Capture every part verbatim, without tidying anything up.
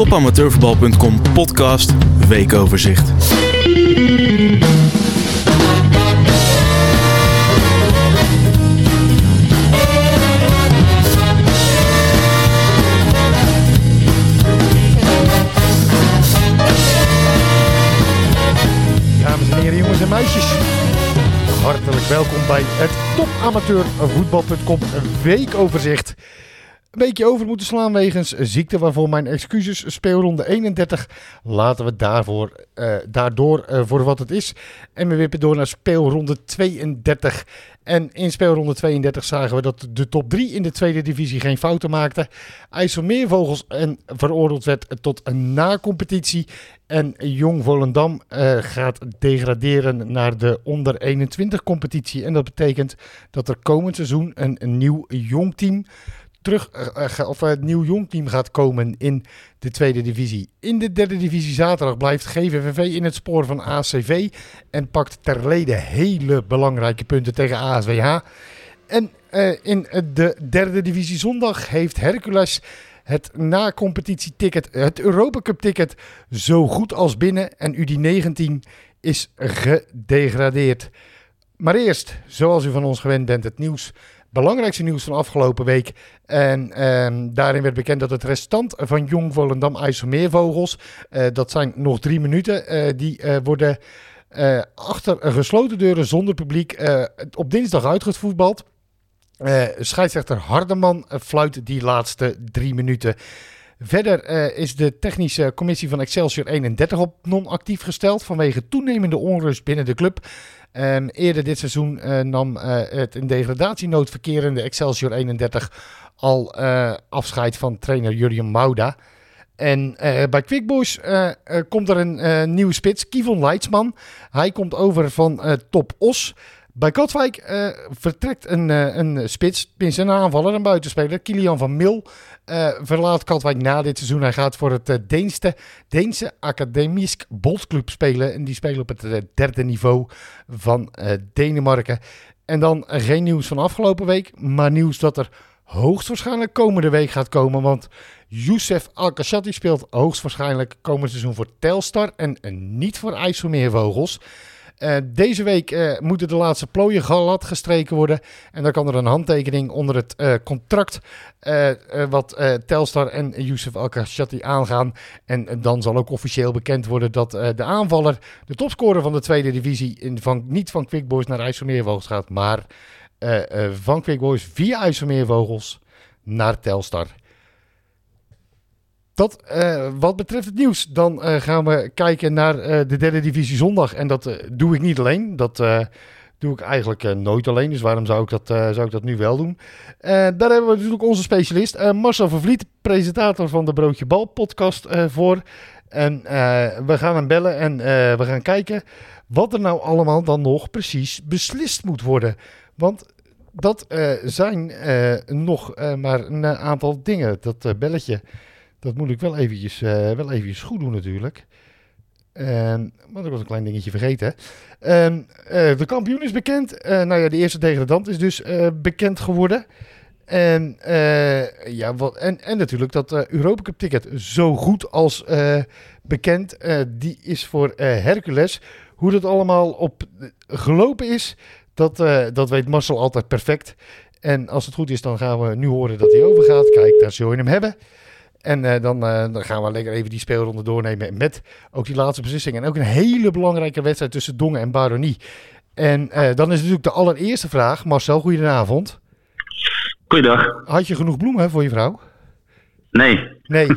Topamateurvoetbal punt com podcast Weekoverzicht. Dames en heren, jongens en meisjes. Hartelijk welkom bij het Topamateurvoetbal punt com Weekoverzicht. Een beetje over moeten slaan wegens ziekte, waarvoor mijn excuses. Speelronde eenendertig, laten we daarvoor, uh, daardoor uh, voor wat het is. En we wippen door naar speelronde tweeëndertig. En in speelronde tweeëndertig zagen we dat de top drie in de tweede divisie geen fouten maakten. IJsselmeervogels en veroordeeld werd tot een na-competitie. En Jong Volendam uh, gaat degraderen naar de onder eenentwintig competitie. En dat betekent dat er komend seizoen een, een nieuw jong team... terug uh, of het nieuw jong team gaat komen in de tweede divisie. In de derde divisie zaterdag blijft G V V V in het spoor van A C V en pakt Terlede hele belangrijke punten tegen A S W H. En uh, in de derde divisie zondag heeft Hercules het na-competitieticket, het Europa Cup ticket, zo goed als binnen en U D negentien is gedegradeerd. Maar eerst, zoals u van ons gewend bent, het nieuws. Belangrijkste nieuws van afgelopen week. En eh, daarin werd bekend dat het restant van Jong Volendam IJsselmeervogels, uh, dat zijn nog drie minuten, uh, die uh, worden uh, achter gesloten deuren zonder publiek uh, op dinsdag uitgevoetbald. Uh, scheidsrechter Hardeman uh, fluit die laatste drie minuten. Verder uh, is de technische commissie van Excelsior eenendertig op non-actief gesteld vanwege toenemende onrust binnen de club. Um, eerder dit seizoen uh, nam uh, het in degradatienood verkerende Excelsior eenendertig al uh, afscheid van trainer Jurjen Mouda. En uh, bij Quick Boys uh, uh, komt er een uh, nieuwe spits, Kivon Leidsman. Hij komt over van uh, Top Os. Bij Katwijk uh, vertrekt een, uh, een spits, tenminste een aanvaller, een buitenspeler. Kilian van Mil uh, verlaat Katwijk na dit seizoen. Hij gaat voor het uh, Deense, Deense Akademisk Boldclub spelen. En die spelen op het uh, derde niveau van uh, Denemarken. En dan uh, geen nieuws van afgelopen week, maar nieuws dat er hoogstwaarschijnlijk komende week gaat komen. Want Youssef Al-Kashati speelt hoogstwaarschijnlijk komend seizoen voor Telstar en uh, niet voor IJsselmeervogels. Uh, deze week uh, moeten de laatste plooien glad gestreken worden. En dan kan er een handtekening onder het uh, contract uh, uh, wat uh, Telstar en Youssef Al-Kashati aangaan. En uh, dan zal ook officieel bekend worden dat uh, de aanvaller, de topscorer van de tweede divisie, in van, niet van Quick Boys naar IJsselmeervogels gaat, maar uh, uh, van Quick Boys via IJsselmeervogels naar Telstar. Dat uh, wat betreft het nieuws, dan uh, gaan we kijken naar uh, de derde divisie zondag. En dat uh, doe ik niet alleen. Dat uh, doe ik eigenlijk uh, nooit alleen. Dus waarom zou ik dat, uh, zou ik dat nu wel doen? Uh, daar hebben we natuurlijk onze specialist, uh, Marcel van Vliet, presentator van de Broodje Bal podcast uh, voor. En uh, we gaan hem bellen en uh, we gaan kijken wat er nou allemaal dan nog precies beslist moet worden. Want dat uh, zijn uh, nog uh, maar een aantal dingen, dat uh, belletje. Dat moet ik wel eventjes, uh, wel eventjes goed doen natuurlijk. Um, maar ik was een klein dingetje vergeten. Um, uh, de kampioen is bekend. Uh, nou ja, de eerste degradant is dus uh, bekend geworden. En, uh, ja, wat, en, en natuurlijk dat uh, Europa Cup ticket zo goed als uh, bekend. Uh, die is voor uh, Hercules. Hoe dat allemaal op uh, gelopen is, dat, uh, dat weet Marcel altijd perfect. En als het goed is, dan gaan we nu horen dat hij overgaat. Kijk, daar zul je hem hebben. En uh, dan, uh, dan gaan we lekker even die speelronde doornemen met ook die laatste beslissing. En ook een hele belangrijke wedstrijd tussen Dongen en Baronie. En uh, dan is natuurlijk de allereerste vraag. Marcel, goedenavond. Goeiedag. Had je genoeg bloemen voor je vrouw? Nee. Nee.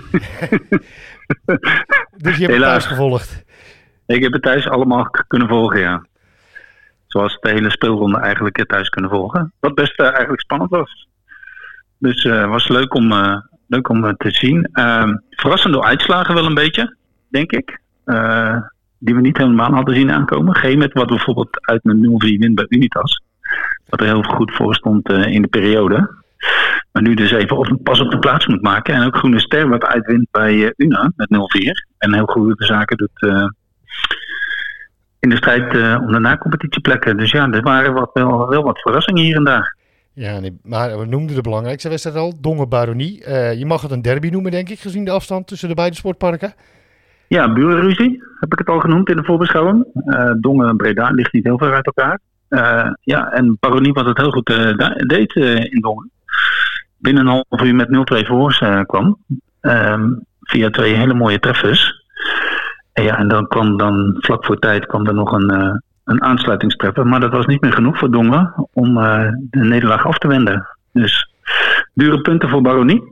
Dus je hebt het thuis gevolgd? Ik heb het thuis allemaal kunnen volgen, ja. Zoals de hele speelronde eigenlijk thuis kunnen volgen. Wat best uh, eigenlijk spannend was. Dus het uh, was leuk om... Uh, Leuk om te zien. Uh, verrassende uitslagen wel een beetje, denk ik. Uh, die we niet helemaal hadden zien aankomen. Geen met wat bijvoorbeeld uit een nul vier win bij Unitas. Wat er heel goed voor stond uh, in de periode. Maar nu dus even op, pas op de plaats moet maken. En ook Groene Ster wat uitwint bij uh, Una met nul vier. En heel goede zaken doet uh, in de strijd uh, om de na-competitieplekken. Dus ja, er waren wat, wel, wel wat verrassingen hier en daar. Ja, nee, maar we noemden de belangrijkste wedstrijd al, Dongen-Baronie. Uh, je mag het een derby noemen, denk ik, gezien de afstand tussen de beide sportparken. Ja, burenruzie heb ik het al genoemd in de voorbeschouwing. Uh, Dongen en Breda ligt niet heel ver uit elkaar. Uh, ja, en Baronie wat het heel goed uh, deed uh, in Dongen. Binnen een half uur met nul twee voor uh, kwam. Um, via twee hele mooie treffers. En ja, en dan kwam dan vlak voor tijd kwam er nog een, uh, een aansluitingstreffer. Maar dat was niet meer genoeg voor Dongen om uh, de nederlaag af te wenden. Dus dure punten voor Baronie.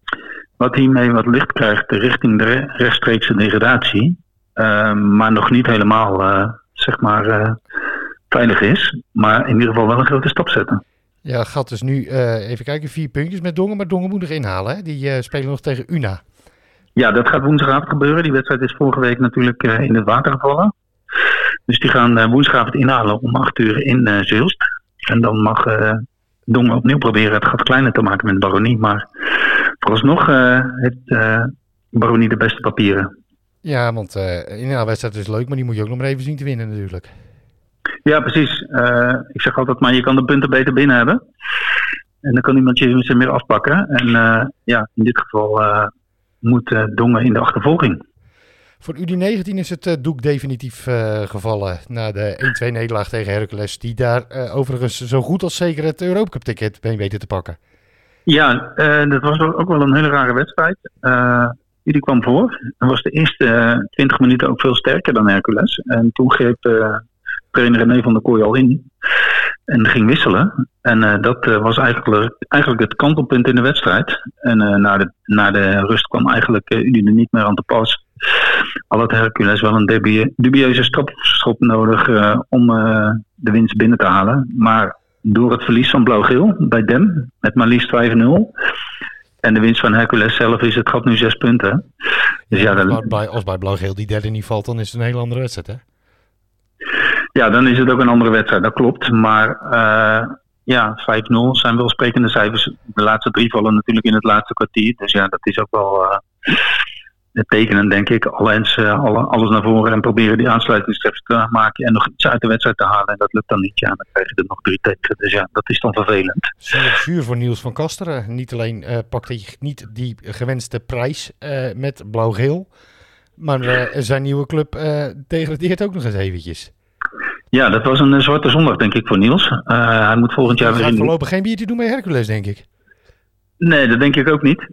Wat hiermee wat licht krijgt richting de rechtstreekse degradatie. Uh, maar nog niet helemaal uh, zeg maar uh, veilig is. Maar in ieder geval wel een grote stap zetten. Ja, gaat dus nu uh, even kijken, vier puntjes met Dongen. Maar Dongen moet nog inhalen, hè? Die uh, spelen nog tegen U N A. Ja, dat gaat woensdagavond gebeuren. Die wedstrijd is vorige week natuurlijk uh, in het water gevallen. Dus die gaan uh, woensdagavond inhalen om acht uur in uh, Zeelst. En dan mag uh, Dongen opnieuw proberen het gat kleiner te maken met Baronie. Maar vooralsnog uh, heeft uh, Baronie de beste papieren. Ja, want uh, inhaalwedstrijd is leuk, maar die moet je ook nog maar even zien te winnen natuurlijk. Ja, precies. Uh, ik zeg altijd maar, je kan de punten beter binnen hebben. En dan kan iemand je ze meer afpakken. En uh, ja, in dit geval uh, moet uh, Dongen in de achtervolging. Voor U D negentien is het uh, doek definitief uh, gevallen na de één twee nederlaag tegen Hercules. Die daar uh, overigens zo goed als zeker het Europa Cup ticket mee weten te pakken. Ja, uh, dat was ook wel een hele rare wedstrijd. Uh, die kwam voor. Dat was de eerste uh, twintig minuten ook veel sterker dan Hercules. En toen greep uh, trainer René van der Kooi al in. En ging wisselen. En uh, dat uh, was eigenlijk, eigenlijk het kantelpunt in de wedstrijd. En uh, na, de, na de rust kwam eigenlijk uh, Udine niet meer aan te pas. Al had Hercules wel een dubie, dubieuze strafschop nodig uh, om uh, de winst binnen te halen. Maar door het verlies van Blauw-Geel bij Dem, met maar liefst vijf nul. En de winst van Hercules zelf is het gat nu zes punten. Dus ja, ja, dan, bij, als bij Blauw-Geel die derde niet valt, dan is het een hele andere wedstrijd, hè? Ja, dan is het ook een andere wedstrijd, dat klopt. Maar uh, ja, vijf nul zijn wel sprekende cijfers. De laatste drie vallen natuurlijk in het laatste kwartier. Dus ja, dat is ook wel uh, het tekenen, denk ik. Alles, uh, alle, alles naar voren en proberen die aansluitingstreffers te maken en nog iets uit de wedstrijd te halen. En dat lukt dan niet. Ja, dan krijg je er nog drie tegen. Dus ja, dat is dan vervelend. Zuur voor Niels van Kasteren. Niet alleen uh, pakt hij niet die gewenste prijs uh, met Blauw-Geel. Maar uh, zijn nieuwe club uh, degradeert ook nog eens eventjes. Ja, dat was een uh, zwarte zondag, denk ik, voor Niels. Uh, hij moet volgend jaar weer... Hij gaat in... voorlopig geen biertje doen bij Hercules, denk ik. Nee, dat denk ik ook niet.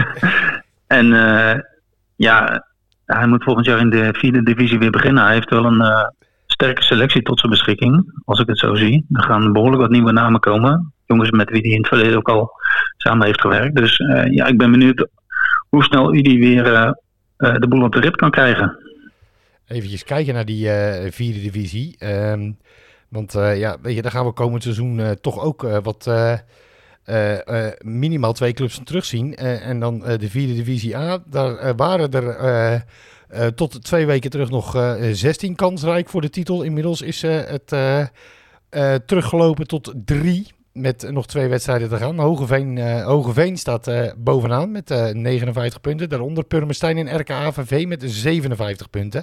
en uh, ja, hij moet volgend jaar in de vierde divisie weer beginnen. Hij heeft wel een uh, sterke selectie tot zijn beschikking, als ik het zo zie. Er gaan behoorlijk wat nieuwe namen komen. Jongens met wie hij in het verleden ook al samen heeft gewerkt. Dus uh, ja, ik ben benieuwd hoe snel Udi weer uh, uh, de boel op de rit kan krijgen. Even kijken naar die uh, vierde divisie. Um, want uh, ja, weet je, daar gaan we komend seizoen uh, toch ook uh, wat uh, uh, uh, minimaal twee clubs terugzien. Uh, en dan uh, de vierde divisie A. Daar uh, waren er uh, uh, tot twee weken terug nog uh, zestien kansrijk voor de titel. Inmiddels is uh, het uh, uh, teruggelopen tot drie. Met nog twee wedstrijden te gaan. Hogeveen, uh, Hogeveen staat uh, bovenaan met uh, negenenvijftig punten. Daaronder Purmerstein en R K A V V met zevenenvijftig punten.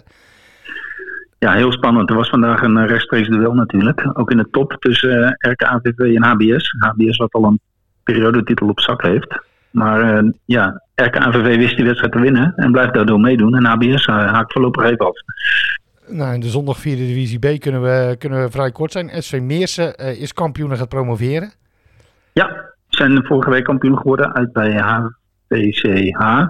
Ja, heel spannend. Er was vandaag een rechtstreeks duel natuurlijk. Ook in de top tussen uh, R K A V V en H B S. H B S wat al een periodetitel op zak heeft. Maar uh, ja, R K A V V wist die wedstrijd te winnen en blijft daardoor meedoen. En H B S uh, haakt voorlopig even af. Nou, in de zondag vierde divisie B kunnen we, kunnen we vrij kort zijn. S V Meersen uh, is kampioen en gaat promoveren. Ja, zijn vorige week kampioen geworden uit bij H V C H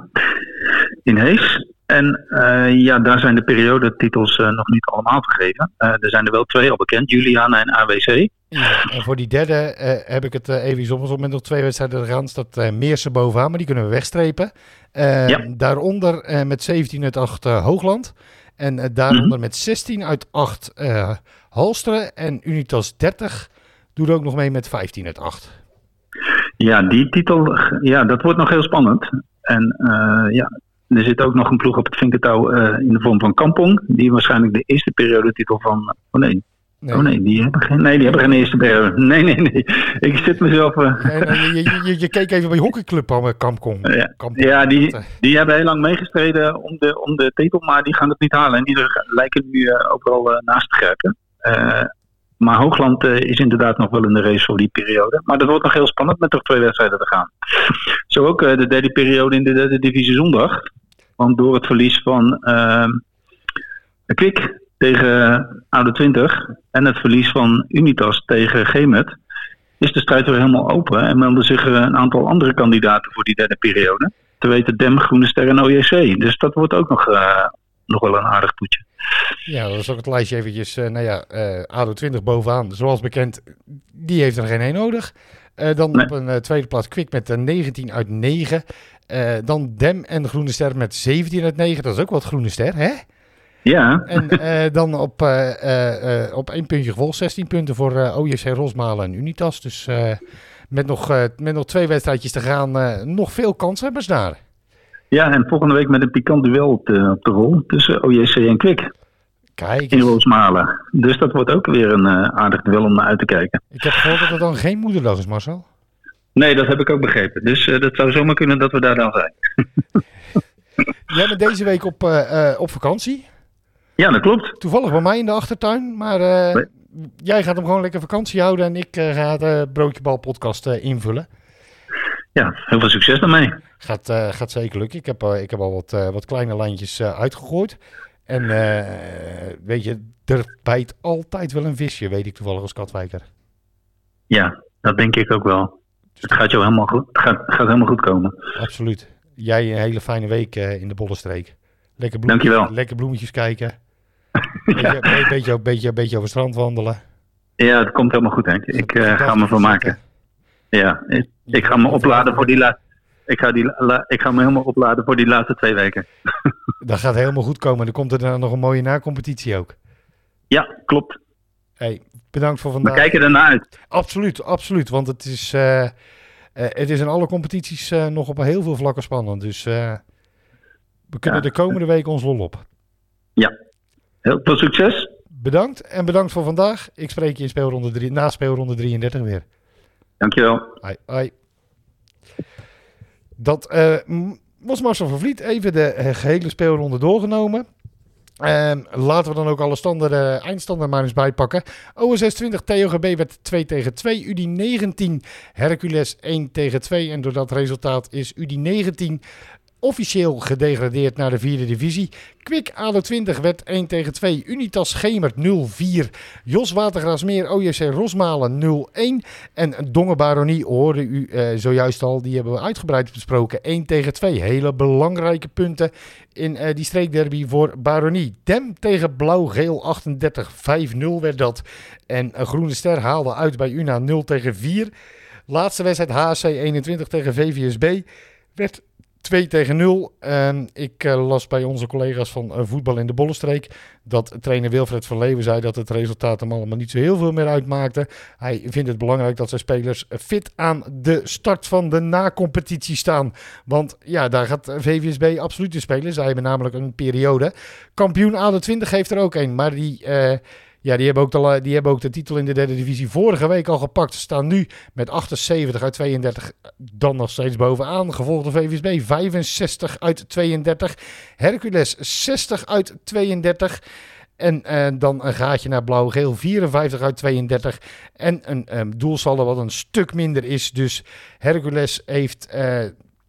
in Hees. En uh, ja, daar zijn de periodetitels uh, nog niet allemaal vergeven. Uh, er zijn er wel twee al bekend, Juliana en A W C. Ja, en voor die derde uh, heb ik het uh, even op het moment nog twee wedstrijden te gaan. Staat uh, Meersen bovenaan, maar die kunnen we wegstrepen. Uh, ja. Daaronder uh, met zeventien uit acht uh, Hoogland. En uh, daaronder mm-hmm. met zestien uit acht uh, Halsteren. En Unitas dertig doet ook nog mee met vijftien uit acht. Ja, die titel, ja, dat wordt nog heel spannend. En uh, ja, er zit ook nog een ploeg op het vinkertouw uh, in de vorm van Kampong. Die waarschijnlijk de eerste periodetitel van... Oh nee, nee. Oh nee, die hebben geen, nee, die hebben geen eerste periode. Nee, nee, nee. Ik zit mezelf... Uh... Nee, nee, je, je, je keek even bij hockeyclub aan Kampong. Ja, Kampong. ja die, die hebben heel lang meegestreden om de, om de titel, maar die gaan het niet halen. En die lijken nu uh, overal uh, naast te grijpen. Uh, Maar Hoogland uh, is inderdaad nog wel in de race voor die periode. Maar dat wordt nog heel spannend met nog twee wedstrijden te gaan. Zo ook uh, de derde periode in de derde divisie zondag. Want door het verlies van uh, Kwik tegen A D O twintig en het verlies van Unitas tegen Gemert is de strijd weer helemaal open. En melden zich uh, een aantal andere kandidaten voor die derde periode. Te weten Dem, Groene Ster en O J C. Dus dat wordt ook nog, uh, nog wel een aardig toetje. Ja, dat is ook het lijstje eventjes. Uh, nou ja, uh, A D O twintig bovenaan. Zoals bekend, die heeft er geen één nodig. Uh, dan nee. Op een uh, tweede plaats Kwik met uh, negentien uit negen. Uh, dan Dem en Groene Ster met zeventien uit negen. Dat is ook wat Groene Ster, hè? Ja. En uh, dan op, uh, uh, uh, op één puntje gevolgd. zestien punten voor uh, O J C Rosmalen en Unitas. Dus uh, met, nog, uh, met nog twee wedstrijdjes te gaan, uh, nog veel kanshebbers daar. Ja, en volgende week met een pikant duel op de, op de rol tussen O J C en Kwik. Kijk. In Rosmalen. Dus dat wordt ook weer een uh, aardig duel om naar uit te kijken. Ik heb gehoord dat het dan geen moederdag is, Marcel. Nee, dat heb ik ook begrepen. Dus uh, dat zou zomaar kunnen dat we daar dan zijn. Jij bent deze week op, uh, uh, op vakantie. Ja, dat klopt. Toevallig bij mij in de achtertuin. Maar uh, nee. Jij gaat hem gewoon lekker vakantie houden. En ik uh, ga de Broodjebal podcast uh, invullen. Ja, heel veel succes daarmee. Gaat, uh, gaat zeker lukken. Ik heb, uh, ik heb al wat, uh, wat kleine lijntjes uh, uitgegooid. En uh, weet je, er bijt altijd wel een visje, weet ik toevallig als Katwijker. Ja, dat denk ik ook wel. Het gaat jou helemaal goed, het gaat, gaat helemaal goed komen. Absoluut. Jij een hele fijne week uh, in de Bollenstreek. Lekker bloemetjes, Dankjewel. Lekker bloemetjes kijken. Beetje, ja. beetje, beetje, beetje, beetje over strand wandelen. Ja, het komt helemaal goed, Henk. Ik uh, ga me vermaken. Ja, ik, ik ga me opladen voor die laatste. Ik ga, die, la, ik ga me helemaal opladen voor die laatste twee weken. Dat gaat helemaal goed komen. Dan komt er dan nog een mooie nacompetitie ook. Ja, klopt. Hey, bedankt voor vandaag. We kijken ernaar uit. Absoluut, absoluut. Want het is, uh, uh, het is in alle competities uh, nog op heel veel vlakken spannend. Dus uh, we kunnen ja. de komende week ons lol op. Ja, heel veel succes. Bedankt en bedankt voor vandaag. Ik spreek je in speelronde drie, na speelronde drieëndertig weer. Dankjewel. Hoi, hoi. Dat uh, was Marcel van Vliet. Even de uh, gehele speelronde doorgenomen. Uh, laten we dan ook alle standen, uh, eindstanden maar eens bijpakken. O S S twintig T O G B werd twee tegen twee. U D I negentien Hercules één tegen twee. En door dat resultaat is U D I negentien officieel gedegradeerd naar de vierde divisie. Kwik A D O twintig werd één tegen twee. Unitas Gemert nul vier. Jos Watergraasmeer O J C Rosmalen nul een. En Dongen Baronie hoorde u uh, zojuist al. Die hebben we uitgebreid besproken. één tegen twee. Hele belangrijke punten in uh, die streekderby voor Baronie. Dem tegen Blauw-Geel achtendertig vijf nul werd dat. En uh, Groene Ster haalde uit bij Una nul tegen vier. Laatste wedstrijd H C eenentwintig tegen V V S B werd twee tegen nul. Uh, ik uh, las bij onze collega's van uh, Voetbal in de Bollenstreek dat trainer Wilfred van Leeuwen zei dat het resultaat hem allemaal niet zo heel veel meer uitmaakte. Hij vindt het belangrijk dat zijn spelers fit aan de start van de na-competitie staan. Want ja, daar gaat V V S B absoluut in spelen. Zij hebben namelijk een periode. Kampioen A D O twintig heeft er ook een, maar die... Uh, Ja, die hebben, ook de, die hebben ook de titel in de derde divisie vorige week al gepakt. Ze staan nu met achtenzeventig uit tweeëndertig dan nog steeds bovenaan. Gevolgd door V V S B vijfenzestig uit tweeëndertig. Hercules zestig uit tweeëndertig. En uh, dan een gaatje naar Blauw-Geel vierenvijftig uit tweeëndertig. En een um, doelsaldo wat een stuk minder is. Dus Hercules heeft uh,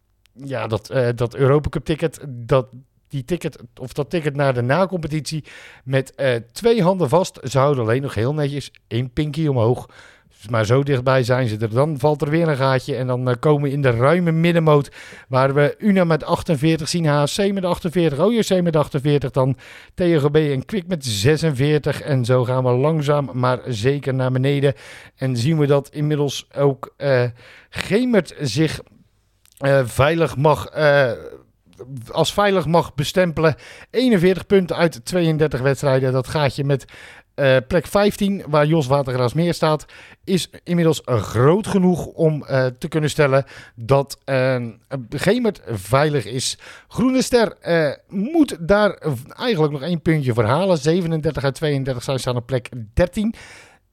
ja, dat, uh, dat Europa Cup ticket... dat Die ticket, of dat ticket naar de na-competitie met uh, twee handen vast. Ze houden alleen nog heel netjes één pinkie omhoog. Dus maar zo dichtbij zijn ze er. Dan valt er weer een gaatje en dan uh, komen we in de ruime middenmoot. Waar we Una met achtenveertig zien, H C met achtenveertig, O J C met achtenveertig. Dan T O G B en Kwik met zesenveertig. En zo gaan we langzaam maar zeker naar beneden. En zien we dat inmiddels ook uh, Gemert zich uh, veilig mag... Uh, als veilig mag bestempelen. eenenveertig punten uit tweeëndertig wedstrijden. Dat gaatje met uh, plek vijftien, waar Jos Watergraasmeer staat, is inmiddels uh, groot genoeg om uh, te kunnen stellen dat uh, Gemert veilig is. Groene Ster uh, moet daar eigenlijk nog één puntje voor halen. zevenendertig uit tweeëndertig, zij staan op plek dertien.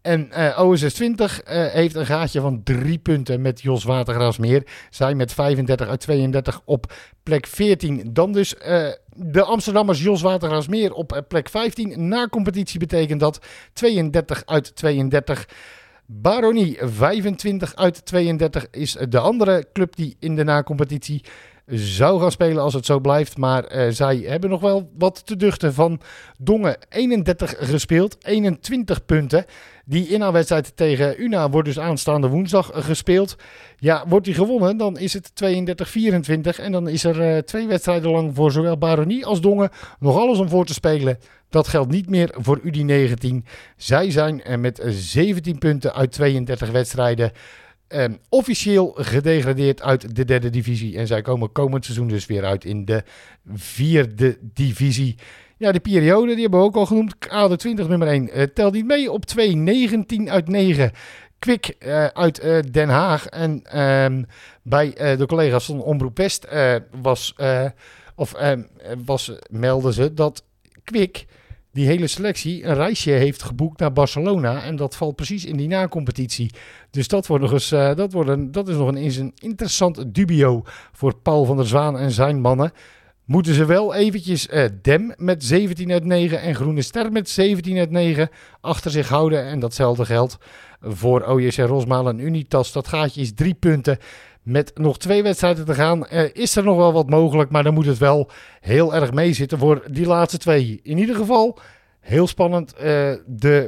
En uh, O S S twintig uh, heeft een gaatje van drie punten met Jos Watergraafsmeer. Zij met vijfendertig uit tweeëndertig op plek veertien. Dan dus uh, de Amsterdammers Jos Watergraafsmeer op uh, plek vijftien. Na competitie betekent dat tweeëndertig uit tweeëndertig. Baronie vijfentwintig uit tweeëndertig is de andere club die in de na-competitie zou gaan spelen als het zo blijft. Maar uh, zij hebben nog wel wat te duchten van Dongen. eenendertig gespeeld, eenentwintig punten. Die inhaalwedstrijd tegen U N A wordt dus aanstaande woensdag gespeeld. Ja, wordt die gewonnen, dan is het tweeëndertig vierentwintig. En dan is er uh, twee wedstrijden lang voor zowel Baronie als Dongen nog alles om voor te spelen. Dat geldt niet meer voor U D negentien. Zij zijn uh, met zeventien punten uit tweeëndertig wedstrijden Uh, officieel gedegradeerd uit de derde divisie. En zij komen komend seizoen dus weer uit in de vierde divisie. Ja, de periode, die hebben we ook al genoemd. A D O twintig nummer één uh, telt niet mee op twee, negentien uit negen. Kwik uh, uit uh, Den Haag. En uh, bij uh, de collega's van Omroep West uh, was, uh, of, uh, was, melden ze dat Kwik die hele selectie een reisje heeft geboekt naar Barcelona. En dat valt precies in die na-competitie. Dus dat, wordt nog eens, uh, dat, wordt een, dat is nog een, is een interessant dubio voor Paul van der Zwaan en zijn mannen. Moeten ze wel eventjes uh, Dem met zeventien uit negen en Groene Ster met zeventien uit negen achter zich houden. En datzelfde geldt voor O J C Rosmalen en Unitas. Dat gaatje is drie punten. Met nog twee wedstrijden te gaan uh, is er nog wel wat mogelijk. Maar dan moet het wel heel erg meezitten voor die laatste twee. In ieder geval heel spannend uh, de,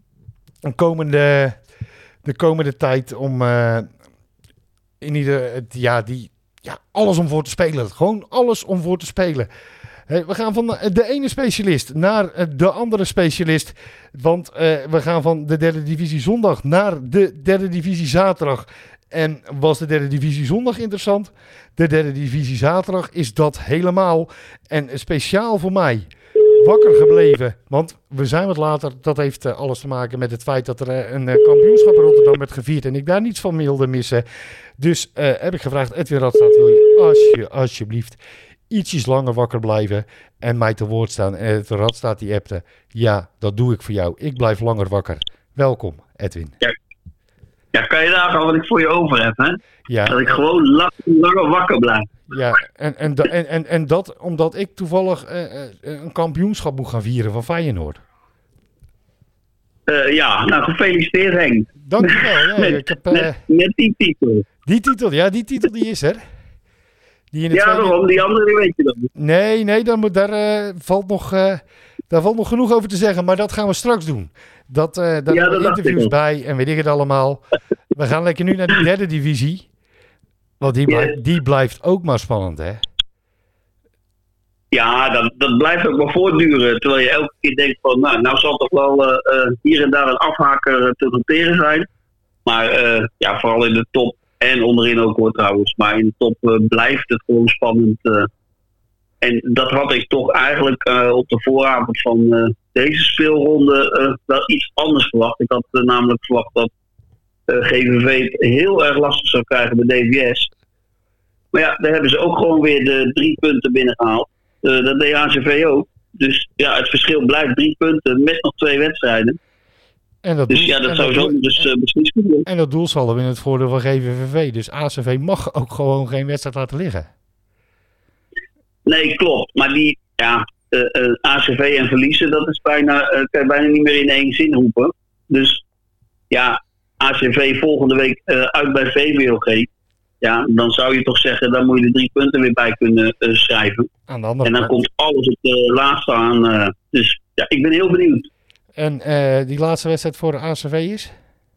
komende, de komende tijd om uh, in ieder, ja, die, ja, alles om voor te spelen. Gewoon alles om voor te spelen. Hey, we gaan van de ene specialist naar de andere specialist. Want uh, we gaan van de derde divisie zondag naar de derde divisie zaterdag. En was de derde divisie zondag interessant? De derde divisie zaterdag is dat helemaal. En speciaal voor mij wakker gebleven. Want we zijn wat later. Dat heeft uh, alles te maken met het feit dat er uh, een uh, kampioenschap in Rotterdam werd gevierd. En ik daar niets van wilde missen. Dus uh, heb ik gevraagd, Edwin Radstaat, wil je alsje, alsjeblieft ietsjes langer wakker blijven en mij te woord staan. En Edwin Radstaat die appte, ja, dat doe ik voor jou. Ik blijf langer wakker. Welkom, Edwin. Ja. Ja, kan je daar al wat ik voor je over heb, hè? Ja. Dat ik gewoon lang, langer wakker blijf. Ja, en, en, en, en, en dat omdat ik toevallig uh, uh, een kampioenschap moet gaan vieren van Feyenoord. Uh, ja, nou gefeliciteerd Henk. Dankjewel. Ja, met, ik heb, uh, met, met die titel. Die titel, ja, die titel die is er. Die in het ja, tweede... waarom? Die andere die weet je dan. Nee, nee, dan moet, daar, uh, valt nog, uh, daar valt nog genoeg over te zeggen, maar dat gaan we straks doen. Dat, uh, daar ja, hebben we interviews ik bij en weet ik het allemaal. We gaan lekker nu naar de derde divisie. Want die, yes. blijft, die blijft ook maar spannend, hè? Ja, dat, dat blijft ook maar voortduren. Terwijl je elke keer denkt van, nou, nou zal toch wel uh, uh, hier en daar een afhaker te noteren zijn. Maar uh, ja, vooral in de top en onderin ook hoor trouwens. Maar in de top uh, blijft het gewoon spannend. Uh. En dat had ik toch eigenlijk uh, op de vooravond van uh, deze speelronde uh, wel iets anders verwacht. Ik had uh, namelijk verwacht dat uh, G V V het heel erg lastig zou krijgen bij D V S. Maar ja, daar hebben ze ook gewoon weer de drie punten binnengehaald. Uh, dat deed A C V ook. Dus ja, het verschil blijft drie punten met nog twee wedstrijden. En dat dus doel, ja, dat zou dat zo doel, dus uh, beslist worden. En dat doelsaldo in het voordeel van G V V. Dus A C V mag ook gewoon geen wedstrijd laten liggen. Nee, klopt. Maar die, ja, uh, uh, A C V en verliezen, dat is bijna, uh, kan je bijna niet meer in één zin roepen. Dus ja, A C V volgende week uh, uit bij V W O G. Ja, dan zou je toch zeggen, dan moet je de drie punten weer bij kunnen uh, schrijven. Aan de andere en dan kant. komt alles op de laatste aan. Uh, dus ja, ik ben heel benieuwd. En uh, die laatste wedstrijd voor de A C V is?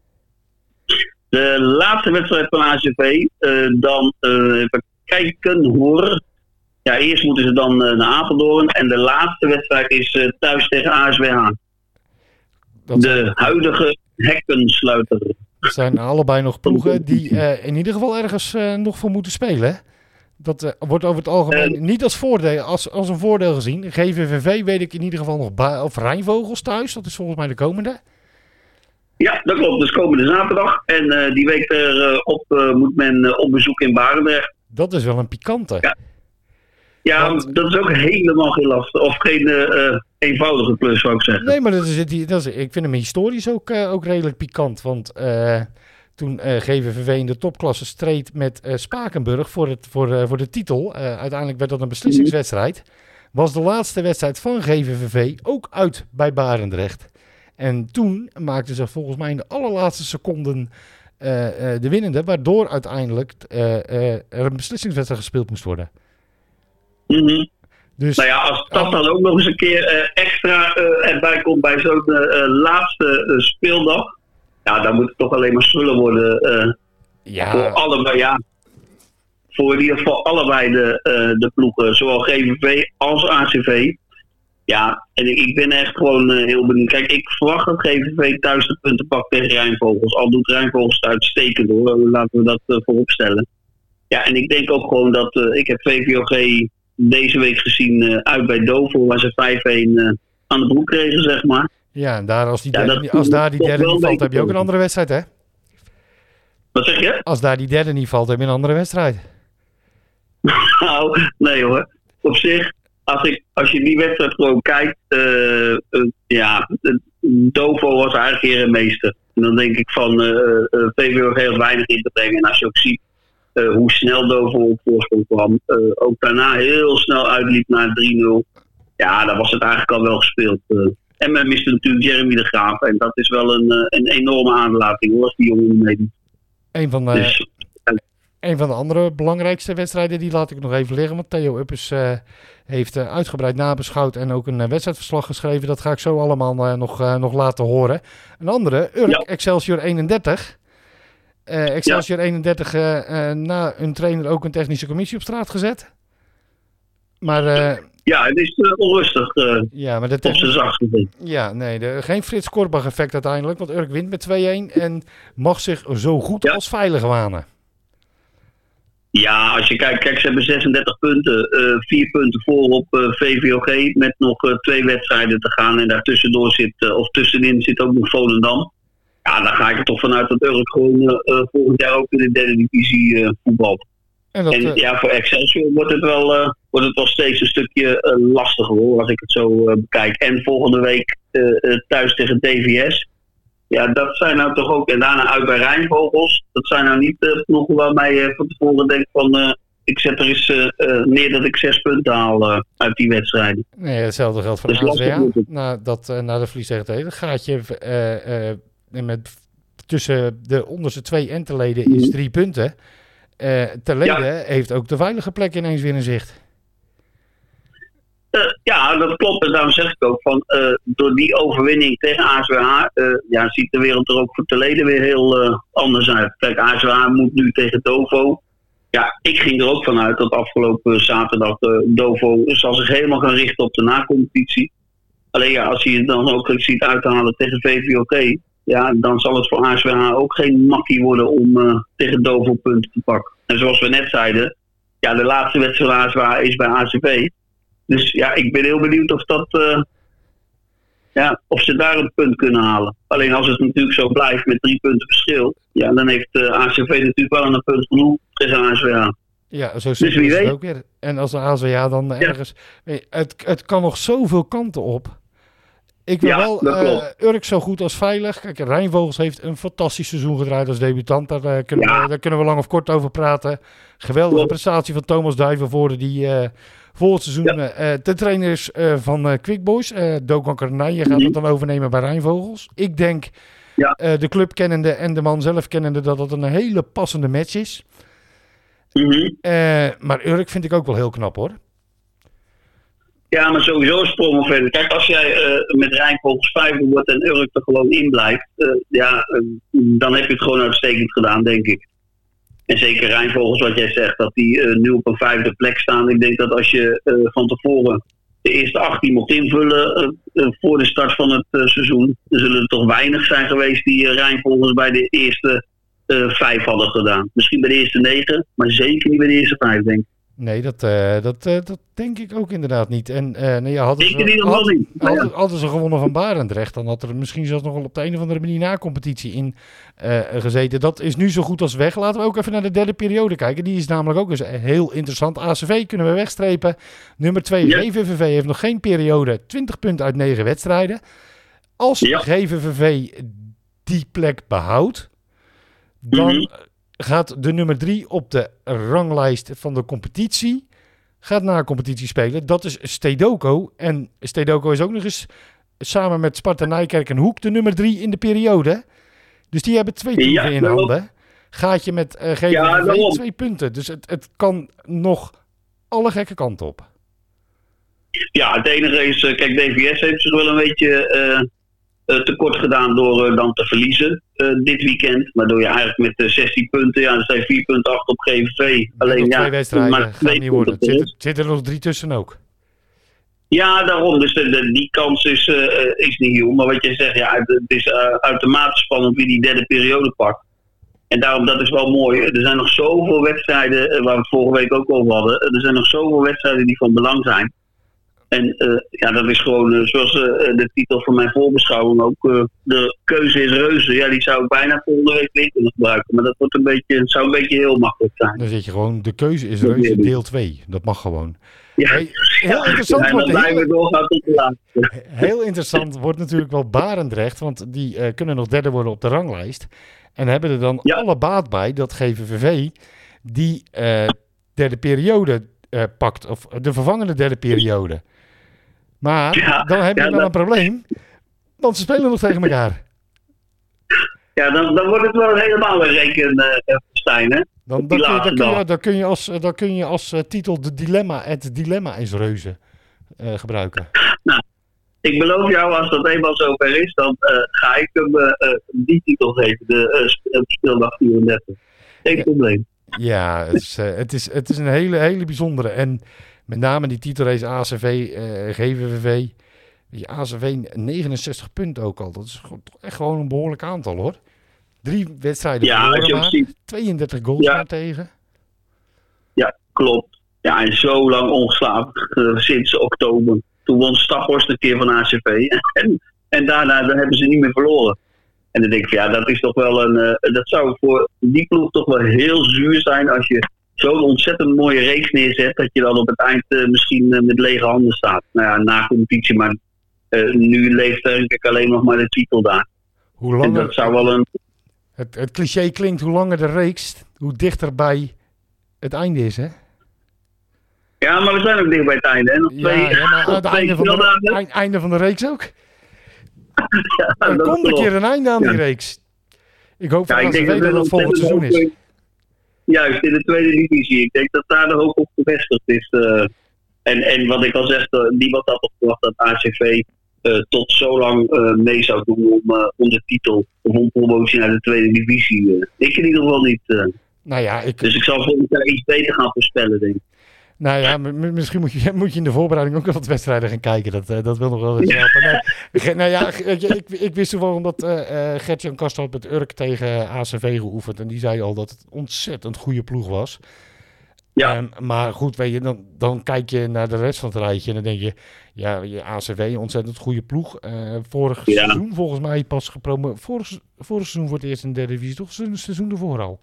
De laatste wedstrijd van A C V, uh, dan uh, even kijken hoor. Ja, eerst moeten ze dan uh, naar Apeldoorn. En de laatste wedstrijd is uh, thuis tegen A S W H. Dat de huidige hekkensluiter. Het zijn allebei nog ploegen die uh, in ieder geval ergens uh, nog voor moeten spelen. Dat uh, wordt over het algemeen uh, niet als, voordeel, als, als een voordeel gezien. G V V V weet ik in ieder geval nog ba- of Rijnvogels thuis. Dat is volgens mij de komende. Ja, dat klopt. Dus komende zaterdag. En uh, die week erop uh, moet men uh, op bezoek in Barendrecht. Dat is wel een pikante. Ja. Ja, Want, dat is ook helemaal geen last. Of geen uh, eenvoudige klus, zou ik zeggen. Nee, maar dat is, dat is, ik vind hem historisch ook, uh, ook redelijk pikant. Want uh, toen uh, G V V V in de topklasse streed met uh, Spakenburg voor, het, voor, uh, voor de titel. Uh, uiteindelijk werd dat een beslissingswedstrijd. Was de laatste wedstrijd van G V V V ook uit bij Barendrecht. En toen maakten ze volgens mij in de allerlaatste seconden uh, uh, de winnende. Waardoor uiteindelijk uh, uh, er een beslissingswedstrijd gespeeld moest worden. Mm-hmm. Dus, nou ja, als dat dan ook nog eens een keer uh, extra uh, erbij komt bij zo'n uh, laatste uh, speeldag. Ja, dan moet het toch alleen maar spullen worden. Uh, ja. Voor allebei, ja. Voor in ieder geval allebei de, uh, de ploegen. Zowel G V V als A C V. Ja, en ik, ik ben echt gewoon uh, heel benieuwd. Kijk, ik verwacht dat G V V thuis de punten pakt tegen Rijnvogels. Al doet Rijnvogels het uitstekend hoor. Laten we dat uh, voorop stellen. Ja, en ik denk ook gewoon dat... Uh, ik heb V V O G deze week gezien uh, uit bij Dovo, waar ze vijf-een uh, aan de broek kregen, zeg maar. Ja, en daar als, die ja, derde, als daar die derde niet valt, heb je ook een andere wedstrijd, hè? Wat zeg je? Als daar die derde niet valt, heb je een andere wedstrijd. Nou, nee hoor. Op zich, als, ik, als je die wedstrijd gewoon kijkt, uh, uh, ja, uh, Dovo was eigenlijk heer en meester. En dan denk ik van, uh, uh, V V O G had weinig in te brengen. En als je ook ziet uh, hoe snel Dovo op voorsprong kwam, uh, ook daarna heel snel uitliep naar drie nul. Ja, dan was het eigenlijk al wel gespeeld. Uh, en men miste natuurlijk Jeremy de Graaf. En dat is wel een, uh, een enorme aanlating hoor, als die jongen niet meedoet. Een van de... Dus, Een van de andere belangrijkste wedstrijden, die laat ik nog even liggen. Want Theo Uppers uh, heeft uh, uitgebreid nabeschouwd en ook een uh, wedstrijdverslag geschreven. Dat ga ik zo allemaal uh, nog, uh, nog laten horen. Een andere, Urk, ja. Excelsior eenendertig. Uh, Excelsior ja. eenendertig, uh, uh, na een trainer ook een technische commissie op straat gezet. Maar... Uh, ja, het is uh, onrustig. Uh, ja, maar de technische... Ja, nee, de, geen Frits Korbach effect uiteindelijk. Want Urk wint met twee-een en mag zich zo goed ja. als veilig wanen. Ja, als je kijkt, kijk, ze hebben zesendertig punten, uh, vier punten voor op uh, V V O G met nog uh, twee wedstrijden te gaan en daartussendoor zit, uh, of tussenin zit ook nog Volendam. Ja, dan ga ik er toch vanuit dat Urk gewoon uh, uh, volgend jaar ook in de derde divisie uh, voetbalt. En, dat, en uh, ja, voor Excelsior wordt het wel, uh, wordt het wel steeds een stukje uh, lastiger hoor, als ik het zo uh, bekijk. En volgende week uh, uh, thuis tegen D V S. Ja, dat zijn nou toch ook, en daarna uit bij Rijnvogels. Dat zijn nou niet uh, nog waarmee je van tevoren denkt van, uh, ik zet er eens uh, uh, neer dat ik zes punten haal uh, uit die wedstrijden. Nee, hetzelfde geldt voor de A C V A. Na, dat, uh, na de verlies tegen het hele gaatje uh, uh, met, tussen de onderste twee enteleden is mm-hmm. drie punten. Uh, Terlede ja. heeft ook de veilige plek ineens weer in zicht. Uh, ja, dat klopt. En daarom zeg ik ook van, uh, door die overwinning tegen A S W H, uh, ja, ziet de wereld er ook voor Terlede weer heel uh, anders uit. Kijk, A S W H moet nu tegen Dovo. Ja, ik ging er ook vanuit dat afgelopen zaterdag uh, Dovo zal zich helemaal gaan richten op de na-competitie. Alleen ja, als hij het dan ook ziet uithalen tegen V V O G, ja, dan zal het voor A S W H ook geen makkie worden om uh, tegen Dovo punten te pakken. En zoals we net zeiden, ja, de laatste wedstrijd van A S W H is bij A C V. Dus ja, ik ben heel benieuwd of dat, uh, ja, of ze daar een punt kunnen halen. Alleen als het natuurlijk zo blijft met drie punten verschil, ja, dan heeft uh, A C V natuurlijk wel een punt genoeg tegen A S W H. Ja, zo zit dus het ook weer. En als de A S W H dan ja. ergens... Het, het kan nog zoveel kanten op. Ik wil ja, wel uh, Urk zo goed als veilig. Kijk, Rijnvogels heeft een fantastisch seizoen gedraaid als debutant. Daar, uh, kunnen, ja. we, daar kunnen we lang of kort over praten. Geweldige klopt. Prestatie van Thomas Duivenvoorde, die uh, voor het seizoen ja. uh, de trainer is uh, van uh, Quick Boys. Uh, Dokan Karnije gaat mm-hmm. het dan overnemen bij Rijnvogels. Ik denk, ja. uh, de club kennende en de man zelf kennende, dat dat een hele passende match is. Mm-hmm. Uh, maar Urk vind ik ook wel heel knap hoor. Ja, maar sowieso is promo verder. Kijk, als jij uh, met Rijnvogels vijfde wordt en Urk er gewoon in blijft, uh, ja, uh, dan heb je het gewoon uitstekend gedaan, denk ik. En zeker Rijnvogels, wat jij zegt, dat die uh, nu op een vijfde plek staan. Ik denk dat als je uh, van tevoren de eerste achttien mocht invullen uh, uh, voor de start van het uh, seizoen, dan zullen er toch weinig zijn geweest die uh, Rijnvogels bij de eerste uh, vijf hadden gedaan. Misschien bij de eerste negen, maar zeker niet bij de eerste vijf, denk ik. Nee, dat, uh, dat, uh, dat denk ik ook inderdaad niet. En uh, nee, ja, hadden, ik ze, niet had, niet. Hadden, Ja. hadden ze gewonnen van Barendrecht, dan had er misschien zelfs nog wel op de een of andere manier na-competitie in uh, gezeten. Dat is nu zo goed als weg. Laten we ook even naar de derde periode kijken. Die is namelijk ook eens heel interessant. A C V kunnen we wegstrepen. Nummer twee, ja. G V V V heeft nog geen periode. twintig punten uit negen wedstrijden. Als ja. G V V V die plek behoudt, dan mm-hmm. gaat de nummer drie op de ranglijst van de competitie gaat naar competitie spelen. Dat is Stedoco. En Stedoco is ook nog eens samen met Sparta Nijkerk en Hoek de nummer drie in de periode. Dus die hebben twee punten ja, in handen. Gaat je met uh, G V V V ja, twee punten. Dus het, het kan nog alle gekke kanten op. Ja, het enige is, uh, kijk, D V S heeft zich wel een beetje uh, uh, tekort gedaan door uh, dan te verliezen uh, dit weekend. Waardoor je eigenlijk met uh, zestien punten, ja, dan zijn vier punten achter op G V V V. Alleen ja, twee wedstrijden maar twee niet worden. Zit, zit er nog drie tussen ook? Ja, daarom. Dus de, de, die kans is, uh, is niet heel. Maar wat je zegt, ja, het is uh, uitermate spannend wie die derde periode pakt. En daarom, dat is wel mooi. Er zijn nog zoveel wedstrijden, uh, waar we het vorige week ook over hadden. Er zijn nog zoveel wedstrijden die van belang zijn. En uh, ja, dat is gewoon, uh, zoals uh, de titel van mijn voorbeschouwing ook, uh, de keuze is reuze. Ja, die zou ik bijna volgende week weer kunnen gebruiken. Maar dat wordt een beetje, zou een beetje heel makkelijk zijn. Dan zit je gewoon, de keuze is reuze deel twee. Dat mag gewoon. Ja. Hey, heel interessant ja, wordt heel, doorgaan tot de laatste. Heel interessant wordt natuurlijk wel Barendrecht, want die uh, kunnen nog derde worden op de ranglijst. En hebben er dan ja. alle baat bij dat G V V V die uh, derde periode uh, pakt, of de vervangende derde periode. Maar ja, dan heb je ja, wel dat... een probleem, want ze spelen nog tegen elkaar. Ja, dan, dan wordt het wel helemaal een rekenfestijn, uh, hè? Dan, dan, kun je, dan, kun je, dan, kun je als, dan kun je als uh, titel de dilemma, het dilemma is reuze uh, gebruiken. Nou, ik beloof jou, als dat eenmaal zover is, dan uh, ga ik hem uh, uh, die titel geven, de uh, speeldag vierendertig. Geen ja. probleem. Ja, het is, uh, het, is, het is een hele, hele bijzondere. En met name die titelrace A C V, uh, G V V V. Die A C V negenenzestig punten ook al. Dat is echt gewoon een behoorlijk aantal, hoor. Drie wedstrijden ja, verloren maar. Ziet. tweeëndertig goals ja. tegen. Ja, klopt. Ja, en zo lang ongeslagen uh, sinds oktober. Toen won Staphorst een keer van A C V. En, en daarna dan hebben ze niet meer verloren. En dan denk ik, ja, dat is toch wel een... Uh, dat zou voor die ploeg toch wel heel zuur zijn als je zo'n ontzettend mooie reeks neerzet, dat je dan op het eind uh, misschien uh, met lege handen staat. Nou ja, na competitie, maar uh, nu leeft eigenlijk alleen nog maar de titel daar. Hoe langer, en dat zou wel een... Het, het cliché klinkt, hoe langer de reeks, hoe dichter bij het einde is, hè? Ja, maar we zijn ook dicht bij het einde, hè? Nog ja, twee, ja, maar het einde van, de, eind, einde van de reeks ook. Ja, er komt een keer een einde aan ja. die reeks. Ik hoop ja, dat ze weten dat het volgend seizoen is. Juist, in de tweede divisie. Ik denk dat daar de hoop op gevestigd is. Uh, en, en wat ik al zeg, uh, niemand had toch verwacht dat A C V uh, tot zo lang uh, mee zou doen om, uh, om de titel of om promotie naar de tweede divisie. Uh. Ik in ieder geval niet. Uh. Nou ja, ik... Dus ik zal volgend jaar iets beter gaan voorspellen, denk ik. Nou ja, m- misschien moet je, moet je in de voorbereiding ook nog wat wedstrijden gaan kijken. Dat, uh, dat wil nog wel eens helpen. Nee, nou ja, ik, ik wist wel omdat uh, uh, Gert-Jan Kast had met Urk tegen A C V geoefend. En die zei al dat het een ontzettend goede ploeg was. Ja. Um, maar goed, weet je, dan, dan kijk je naar de rest van het rijtje en dan denk je... Ja, je A C V, een ontzettend goede ploeg. Uh, vorig ja. seizoen volgens mij pas gepromoveerd. Vorig, vorig seizoen voor het eerst in de derde divisie. Toch een seizoen ervoor al.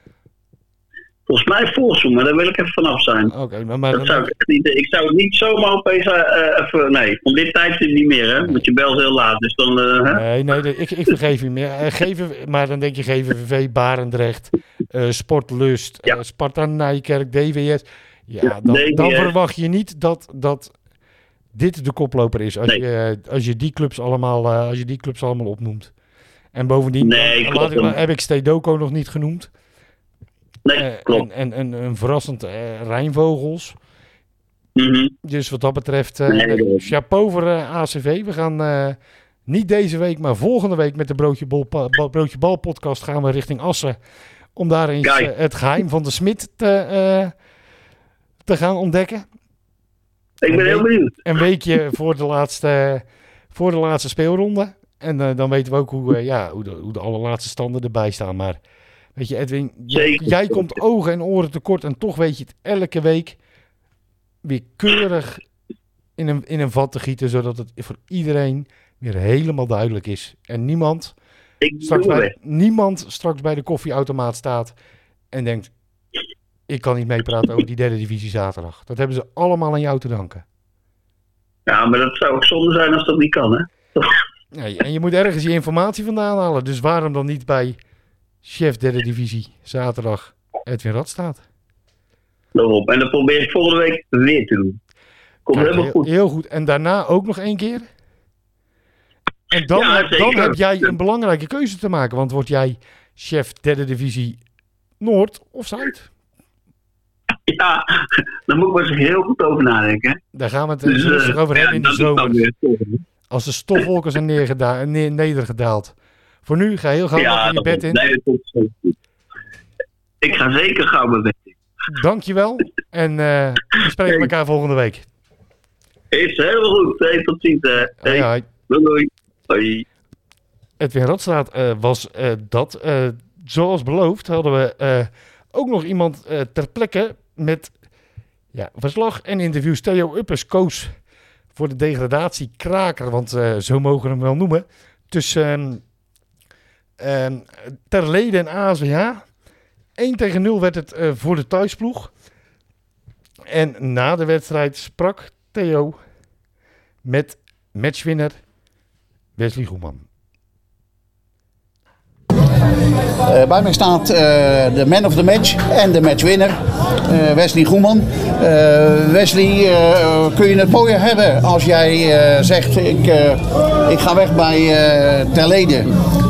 Volgens mij volsum, maar daar wil ik even vanaf zijn. Oké, okay, maar, maar dat zou ik, niet, ik zou het niet zomaar opeens uh, even... Nee, om dit tijdstip niet meer, hè? Nee. Want je belt heel laat, dus dan... Uh, nee, nee, nee, ik, ik vergeef je meer. Uh, G V V, maar dan denk je G V V V, Barendrecht, uh, Sportlust, ja. uh, Sparta Nijkerk, D W S. Ja, ja dan, D W S. Dan verwacht je niet dat, dat dit de koploper is. Als, nee. je, als, je, die clubs allemaal, uh, als je die clubs allemaal opnoemt. En bovendien nee, laat ik, heb ik Stedoco nog niet genoemd. Nee, uh, klopt. En, en, en een verrassend uh, Rijnvogels. Mm-hmm. Dus wat dat betreft, uh, nee, nee. chapeau voor uh, A C V. We gaan uh, niet deze week, maar volgende week met de Broodje Bal, pa, Broodje Bal podcast gaan we richting Assen. Om daar eens uh, het geheim van de Smit te, uh, te gaan ontdekken. Ik ben een heel week, benieuwd. Een weekje voor de laatste, voor de laatste speelronde. En uh, dan weten we ook hoe, uh, ja, hoe, de, hoe de allerlaatste standen erbij staan. Maar weet je, Edwin, jij, jij komt ogen en oren tekort en toch weet je het elke week. weer keurig in een, in een vat te gieten, zodat het voor iedereen weer helemaal duidelijk is. En niemand straks bij, niemand straks bij de koffieautomaat staat en denkt, ik kan niet meepraten over die derde divisie zaterdag. Dat hebben ze allemaal aan jou te danken. Ja, maar dat zou ook zonde zijn als dat niet kan, hè? Nee, en je moet ergens je informatie vandaan halen. Dus waarom dan niet bij chef derde divisie zaterdag Edwin Radstaat? Daarop. En dat probeer ik volgende week weer te doen. Komt Kijk, helemaal goed. Heel, heel goed. En daarna ook nog één keer? En dan, Ja, heb, dan zeker. heb jij een belangrijke keuze te maken. Want word jij chef derde divisie Noord of Zuid? Ja, daar moet ik maar eens heel goed over nadenken. Daar gaan we het Dus, dus, rustig uh, over hebben ja, in de dat is dan zomer. weer het volgende. Als de stofwolken zijn neergeda- ne- nedergedaald. Voor nu ga je heel gauw nog in je dat bed is- in. nee, dat komt zo goed. Ik ga zeker gauw mijn bed in. Dankjewel. En uh, we spreken elkaar volgende week. Is helemaal goed. Hey, tot ziens. hè. Hoi, Hey, hoi. doei, doei. Hoi. Edwin Radstaat uh, was uh, dat. Uh, zoals beloofd hadden we uh, ook nog iemand uh, ter plekke met ja, verslag en interviews. Theo Uppers, coach voor de degradatiekraker, want uh, zo mogen we hem wel noemen. Tussen um, um, Terlede en A S W H. één tegen nul werd het uh, voor de thuisploeg. En na de wedstrijd sprak Theo met matchwinner Wesley Goeman. Uh, bij mij staat uh, de man of the match en de matchwinner, uh, Wesley Goeman. Uh, Wesley, uh, kun je het mooier hebben als jij uh, zegt, ik, uh, ik ga weg bij uh, Terlede.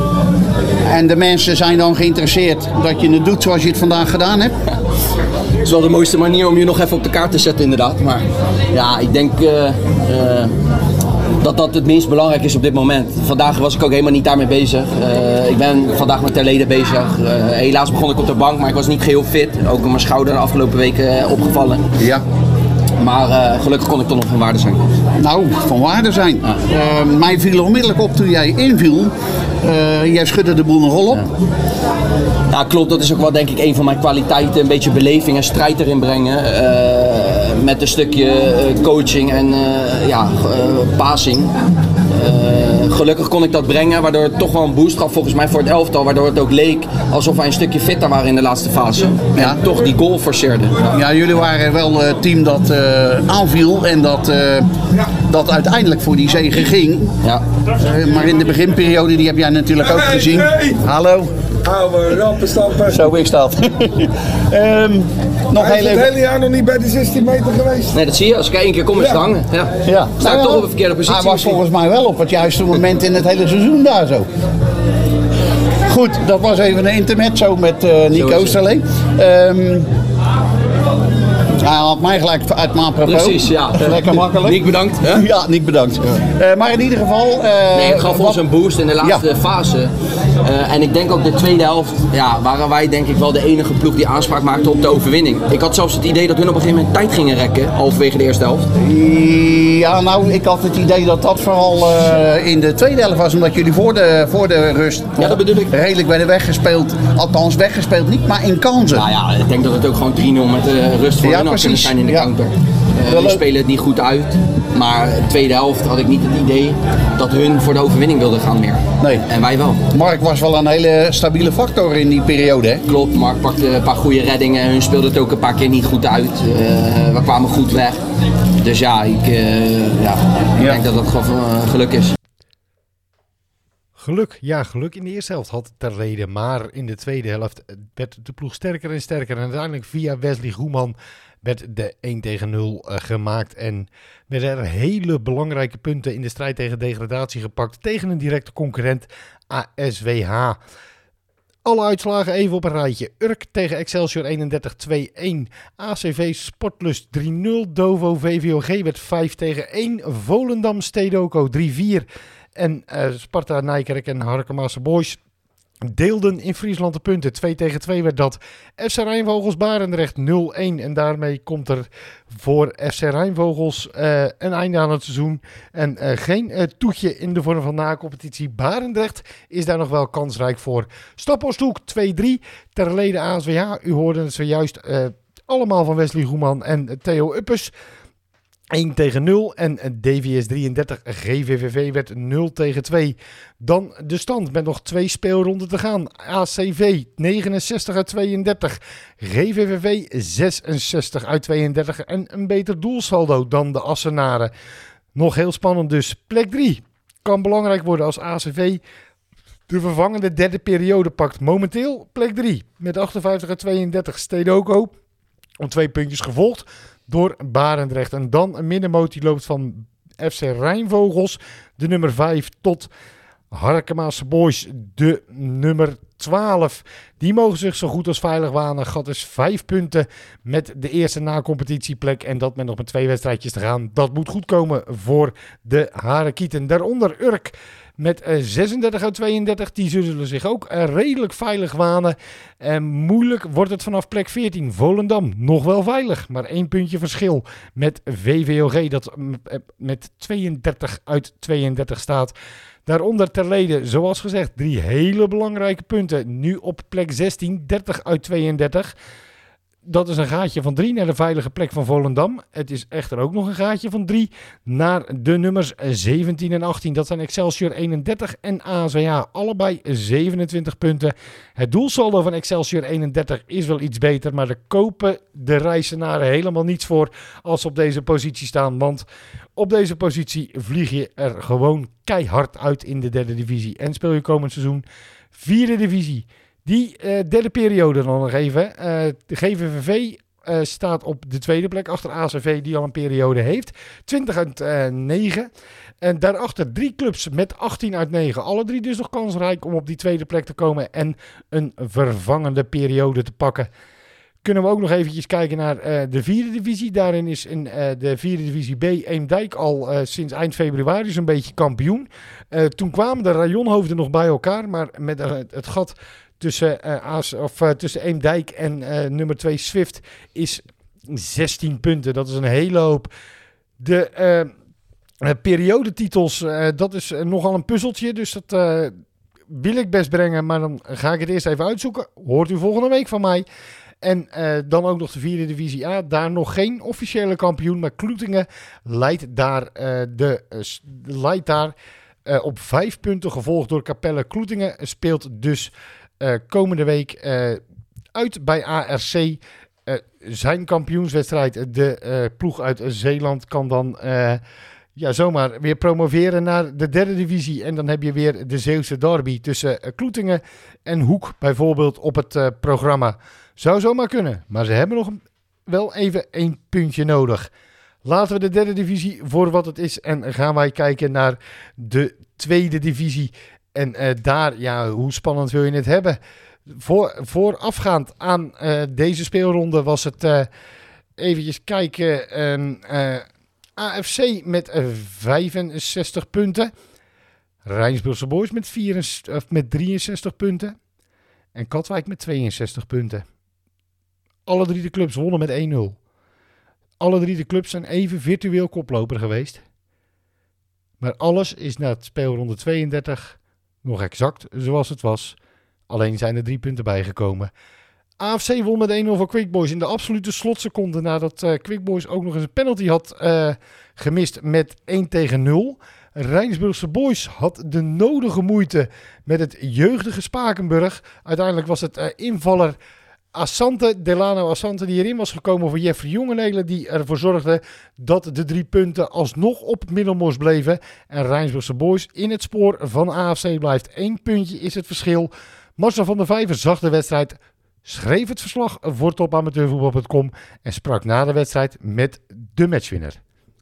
En de mensen zijn dan geïnteresseerd dat je het doet zoals je het vandaag gedaan hebt? Het is wel de mooiste manier om je nog even op de kaart te zetten inderdaad. Maar ja, ik denk uh, uh, dat dat het minst belangrijk is op dit moment. Vandaag was ik ook helemaal niet daarmee bezig. Uh, ik ben vandaag met Terlede bezig. Uh, helaas begon ik op de bank, maar ik was niet geheel fit. Ook mijn schouder de afgelopen weken uh, opgevallen. Ja. Maar uh, gelukkig kon ik toch nog van waarde zijn. Nou, van waarde zijn. Ja. Uh, mij viel onmiddellijk op toen jij inviel. Uh, jij schudde de boel nog rol op. Ja. Ja, klopt. Dat is ook wel denk ik een van mijn kwaliteiten. Een beetje beleving en strijd erin brengen. Uh, met een stukje uh, coaching en uh, ja, uh, passing. Uh, gelukkig kon ik dat brengen, waardoor het toch wel een boost gaf volgens mij voor het elftal. Waardoor het ook leek alsof wij een stukje fitter waren in de laatste fase. Ja. En toch die goal forceerden. Ja, ja, jullie waren wel het team dat uh, aanviel en dat, uh, dat uiteindelijk voor die zege ging. Ja. Uh, maar in de beginperiode, die heb jij natuurlijk ook gezien. Hallo. Oude rampenstamper. Zo is dat. um, nog Hij heel is het even. hele jaar nog niet bij de zestien meter geweest. Nee, dat zie je. Als ik één keer kom is het Ja. hangen. Ja. Ja. Sta ik Nou, toch op een verkeerde positie. Hij was misschien. volgens mij wel op het juiste moment in het hele seizoen daar zo. Goed, dat was even een intermezzo met uh, Nico Zo is het. Oosterlee. Um, hij had mij gelijk uit mijn apropos. Precies, ja. Lekker makkelijk. Nick, bedankt. Hè? Ja, niet bedankt. Uh, maar in ieder geval... Uh, Nee, het gaf ons wat- een boost in de laatste Ja. fase. Uh, en ik denk ook de tweede helft, ja, waren wij denk ik wel de enige ploeg die aanspraak maakte op de overwinning. Ik had zelfs het idee dat hun op een gegeven moment tijd gingen rekken, halverwege de eerste helft. Ja, nou, ik had het idee dat dat vooral uh, in de tweede helft was, omdat jullie voor de, voor de rust Ja, dat bedoel ik. redelijk werden weggespeeld. Althans, weggespeeld niet, maar in kansen. Nou ja, ik denk dat het ook gewoon drie nul met de rust voor Ja, hun had kunnen precies. zijn in de Ja. counter. Uh, Wel we leuk. spelen het niet goed uit, maar de tweede helft had ik niet het idee dat hun voor de overwinning wilden gaan meer. Nee. En wij wel. Mark was wel een hele stabiele factor in die periode, hè? Klopt, Mark pakte een paar goede reddingen. Hun speelden het ook een paar keer niet goed uit. Uh, we kwamen goed weg. Dus ja, ik, uh, ja, ik Ja. denk dat dat gewoon uh, geluk is. Geluk, ja, geluk in de eerste helft had Terlede, maar in de tweede helft werd de ploeg sterker en sterker. En uiteindelijk via Wesley Goeman werd de één tegen nul uh, gemaakt en werden er hele belangrijke punten in de strijd tegen degradatie gepakt tegen een directe concurrent A S W H. Alle uitslagen even op een rijtje. Urk tegen Excelsior eenendertig twee-een. A C V Sportlust drie nul. Dovo V V O G werd vijf tegen één. Volendam Stedoco drie vier. En uh, Sparta Nijkerk en Harkemaanse Boys deelden in Friesland de punten. twee tegen twee werd dat. F C Rijnvogels Barendrecht nul-een. En daarmee komt er voor F C Rijnvogels uh, een einde aan het seizoen. En uh, geen uh, toetje in de vorm van na-competitie. Barendrecht is daar nog wel kansrijk voor. Staphorsthoek twee drie. Terlede A S W H. U hoorde het zojuist uh, allemaal van Wesley Goeman en Theo Uppers. één tegen nul en D V S drieëndertig G V V V werd nul tegen twee. Dan de stand met nog twee speelronden te gaan. A C V negenenzestig uit tweeëndertig, G V V V zesenzestig uit tweeëndertig en een beter doelsaldo dan de Assenaren. Nog heel spannend dus. Plek drie kan belangrijk worden als A C V de vervangende derde periode pakt. Momenteel plek drie met achtenvijftig uit tweeëndertig. Stedoko om twee puntjes gevolgd door Barendrecht. En dan een middenmoot die loopt van F C Rijnvogels, de nummer vijf, tot Harkemaanse Boys, de nummer twaalf. Die mogen zich zo goed als veilig wanen. Gat is vijf punten met de eerste na-competitieplek. En dat met nog met twee wedstrijdjes te gaan. Dat moet goed komen voor de Harekieten. Daaronder Urk met uh, zesendertig uit tweeëndertig. Die zullen zich ook uh, redelijk veilig wanen. En moeilijk wordt het vanaf plek veertien. Volendam nog wel veilig. Maar één puntje verschil met V V O G. Dat uh, met tweeëndertig uit tweeëndertig staat. Daaronder Terlede, zoals gezegd, drie hele belangrijke punten. Nu op plek zestien, dertig uit tweeëndertig. Dat is een gaatje van drie naar de veilige plek van Volendam. Het is echter ook nog een gaatje van drie naar de nummers zeventien en achttien. Dat zijn Excelsior eenendertig en A Z H. Allebei zevenentwintig punten. Het doelsaldo van Excelsior eenendertig is wel iets beter. Maar daar kopen de Rijssenaren helemaal niets voor als ze op deze positie staan. Want op deze positie vlieg je er gewoon keihard uit in de derde divisie. En speel je komend seizoen vierde divisie. Die uh, derde periode dan nog even. Uh, de G V V V uh, staat op de tweede plek achter A C V die al een periode heeft. twintig uit uh, negen. En daarachter drie clubs met achttien uit negen. Alle drie dus nog kansrijk om op die tweede plek te komen en een vervangende periode te pakken. Kunnen we ook nog eventjes kijken naar uh, de vierde divisie. Daarin is in uh, de vierde divisie B Eemdijk al uh, sinds eind februari zo'n beetje kampioen. Uh, toen kwamen de rajonhoofden nog bij elkaar, maar met uh, het gat tussen, uh, Aas, of, uh, tussen Eemdijk en uh, nummer twee Swift is zestien punten. Dat is een hele hoop. De uh, uh, periodetitels, uh, dat is uh, nogal een puzzeltje. Dus dat uh, wil ik best brengen, maar dan ga ik het eerst even uitzoeken. Hoort u volgende week van mij. En uh, dan ook nog de vierde divisie A. Daar nog geen officiële kampioen, maar Kloetingen leidt daar, uh, de, uh, leidt daar uh, op vijf punten, gevolgd door Capelle. Kloetingen speelt dus uh, komende week uh, uit bij A R C. Uh, zijn kampioenswedstrijd. De uh, ploeg uit Zeeland kan dan uh, ja, zomaar weer promoveren naar de derde divisie. En dan heb je weer de Zeeuwse derby tussen uh, Kloetingen en Hoek bijvoorbeeld op het uh, programma. Zou zomaar kunnen, maar ze hebben nog wel even één puntje nodig. Laten we de derde divisie voor wat het is en gaan wij kijken naar de tweede divisie. En uh, daar, ja, hoe spannend wil je het hebben? Voor, voorafgaand aan uh, deze speelronde was het uh, eventjes kijken. Uh, uh, A F C met uh, vijfenzestig punten. Rijnsburgse Boys met, vierenzestig, of met drieënzestig punten. En Katwijk met tweeënzestig punten. Alle drie de clubs wonnen met één nul. Alle drie de clubs zijn even virtueel koploper geweest. Maar alles is na het speelronde tweeëndertig nog exact zoals het was. Alleen zijn er drie punten bijgekomen. A F C won met één nul van Quick Boys in de absolute slotseconde nadat uh, Quick Boys ook nog eens een penalty had uh, gemist met één tegen nul. Rijnsburgse Boys had de nodige moeite met het jeugdige Spakenburg. Uiteindelijk was het uh, invaller Assante, Delano Assante, die erin was gekomen voor Jeffrey Jongenelen, die ervoor zorgde dat de drie punten alsnog op het Middelmors bleven. En Rijnsburgse Boys in het spoor van A F C blijft. Eén puntje is het verschil. Marcel van der Vijver zag de wedstrijd, schreef het verslag voor top amateurvoetbal punt com en sprak na de wedstrijd met de matchwinner.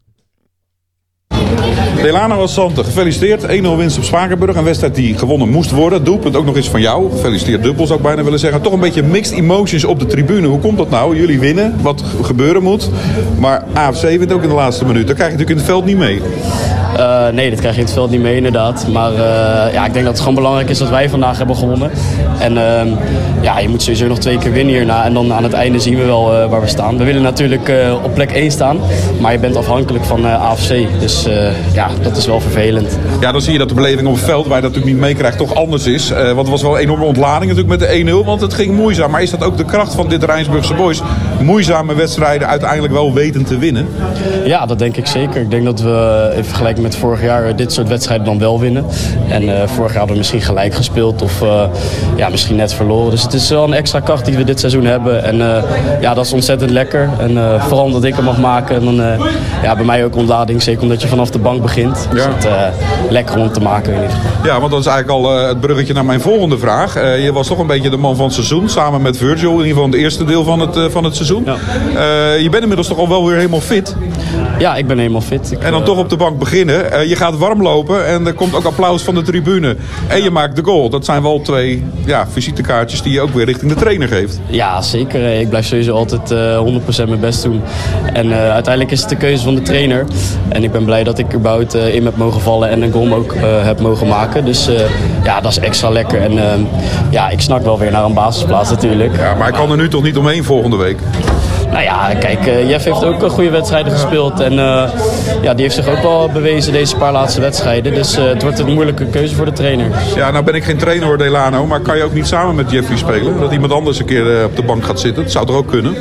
Delano Assante, gefeliciteerd. één nul winst op Spakenburg. Een wedstrijd die gewonnen moest worden. Doelpunt ook nog eens van jou. Gefeliciteerd dubbel zou ik bijna willen zeggen. Toch een beetje mixed emotions op de tribune. Hoe komt dat nou? Jullie winnen, wat gebeuren moet. Maar A F C wint ook in de laatste minuut. Dat krijg je natuurlijk in het veld niet mee. Uh, nee, dat krijg je in het veld niet mee inderdaad. Maar uh, ja, ik denk dat het gewoon belangrijk is dat wij vandaag hebben gewonnen. En uh, ja, je moet sowieso nog twee keer winnen hierna. En dan aan het einde zien we wel uh, waar we staan. We willen natuurlijk uh, op plek één staan. Maar je bent afhankelijk van uh, A F C. Dus uh, ja, dat is wel vervelend. Ja, dan zie je dat de beleving op het veld, waar je dat natuurlijk niet meekrijgt, toch anders is. Uh, want het was wel een enorme ontlading natuurlijk met de één nul, want het ging moeizaam. Maar is dat ook de kracht van dit Rijnsburgse Boys? Moeizame wedstrijden uiteindelijk wel weten te winnen? Ja, dat denk ik zeker. Ik denk dat we in vergelijking met vorig jaar dit soort wedstrijden dan wel winnen. En uh, vorig jaar hadden we misschien gelijk gespeeld of uh, ja, misschien net verloren. Dus het is wel een extra kracht die we dit seizoen hebben. En uh, ja, dat is ontzettend lekker. En uh, vooral omdat ik hem mag maken. En dan uh, ja, bij mij ook ontlading, zeker omdat je vanaf de bank begint. Dus ja. het uh, lekker om te maken. In ieder geval. Ja, want dat is eigenlijk al uh, het bruggetje naar mijn volgende vraag. Uh, je was toch een beetje de man van het seizoen, samen met Virgil. In ieder geval in het eerste deel van het, uh, van het seizoen. Ja. Uh, je bent inmiddels toch al wel weer helemaal fit? Ja, ik ben helemaal fit. Ik, en dan uh, toch op de bank beginnen. Uh, je gaat warm lopen en er komt ook applaus van de tribune. En je maakt de goal. Dat zijn wel twee ja, visitekaartjes die je ook weer richting de trainer geeft. Ja, zeker. Ik blijf sowieso altijd uh, honderd procent mijn best doen. En uh, uiteindelijk is het de keuze van de trainer. En ik ben blij dat ik überhaupt uh, in heb mogen vallen en een goal ook uh, heb mogen maken. Dus uh, ja, dat is extra lekker. En uh, ja, ik snak wel weer naar een basisplaats natuurlijk. Ja, maar ik kan er nu toch niet omheen volgende week? Nou ja, kijk, uh, Jeff heeft ook goede wedstrijden gespeeld. En uh, ja, die heeft zich ook wel bewezen deze paar laatste wedstrijden. Dus uh, het wordt een moeilijke keuze voor de trainer. Ja, nou ben ik geen trainer hoor, Delano. Maar kan je ook niet samen met Jeffrey spelen? Dat iemand anders een keer uh, op de bank gaat zitten? Dat zou toch ook kunnen?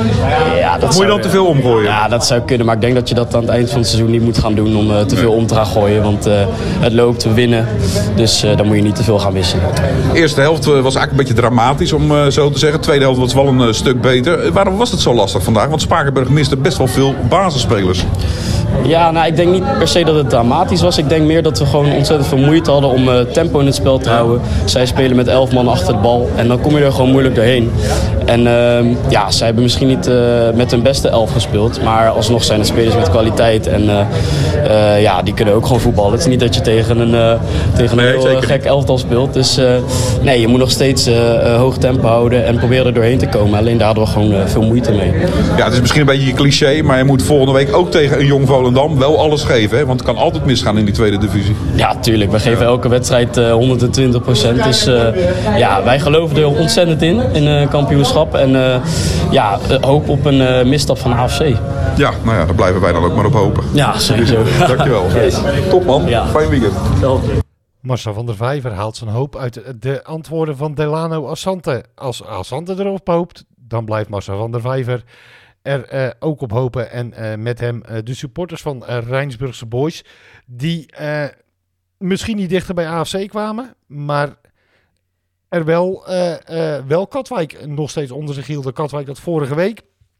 Ja, dat of moet je dan te veel omgooien? Ja, dat zou kunnen. Maar ik denk dat je dat aan het eind van het seizoen niet moet gaan doen om uh, te veel om te gaan gooien. Want uh, het loopt, we winnen. Dus uh, dan moet je niet te veel gaan missen. De eerste helft uh, was eigenlijk een beetje dramatisch om uh, zo te zeggen. De tweede helft was wel een uh, stuk beter. Uh, waarom was het zo lastig vandaag? Want Spakenburg miste best wel veel basisspelers. Ja, nou, ik denk niet per se dat het dramatisch was. Ik denk meer dat we gewoon ontzettend veel moeite hadden om uh, tempo in het spel te houden. Zij spelen met elf man achter de bal en dan kom je er gewoon moeilijk doorheen. En uh, ja, zij hebben misschien niet uh, met hun beste elf gespeeld. Maar alsnog zijn het spelers met kwaliteit. En uh, uh, ja, die kunnen ook gewoon voetballen. Het is niet dat je tegen een, uh, tegen een nee, heel uh, gek elftal speelt. Dus uh, nee, je moet nog steeds uh, uh, hoog tempo houden en proberen er doorheen te komen. Alleen daar hadden we gewoon uh, veel moeite mee. Ja, het is misschien een beetje cliché, maar je moet volgende week ook tegen een jong Volendam wel alles geven. Hè? Want het kan altijd misgaan in die tweede divisie. Ja, tuurlijk. We geven elke wedstrijd uh, honderdtwintig procent. Dus uh, ja, wij geloven er ontzettend in, in uh, kampioenschap. En uh, ja, hoop op een uh, misstap van A F C. Ja, nou ja, daar blijven wij dan ook maar op hopen. Ja, sowieso. Dankjewel. Yes. Top man. Ja. Fijn weekend. Marcel van der Vijver haalt zijn hoop uit de antwoorden van Delano Assante. Als Assante erop hoopt, dan blijft Marcel van der Vijver er uh, ook op hopen. En uh, met hem uh, de supporters van uh, Rijnsburgse Boys, die uh, misschien niet dichter bij A F C kwamen, maar er wel, uh, uh, wel Katwijk nog steeds onder zich hielden. Katwijk dat vorige week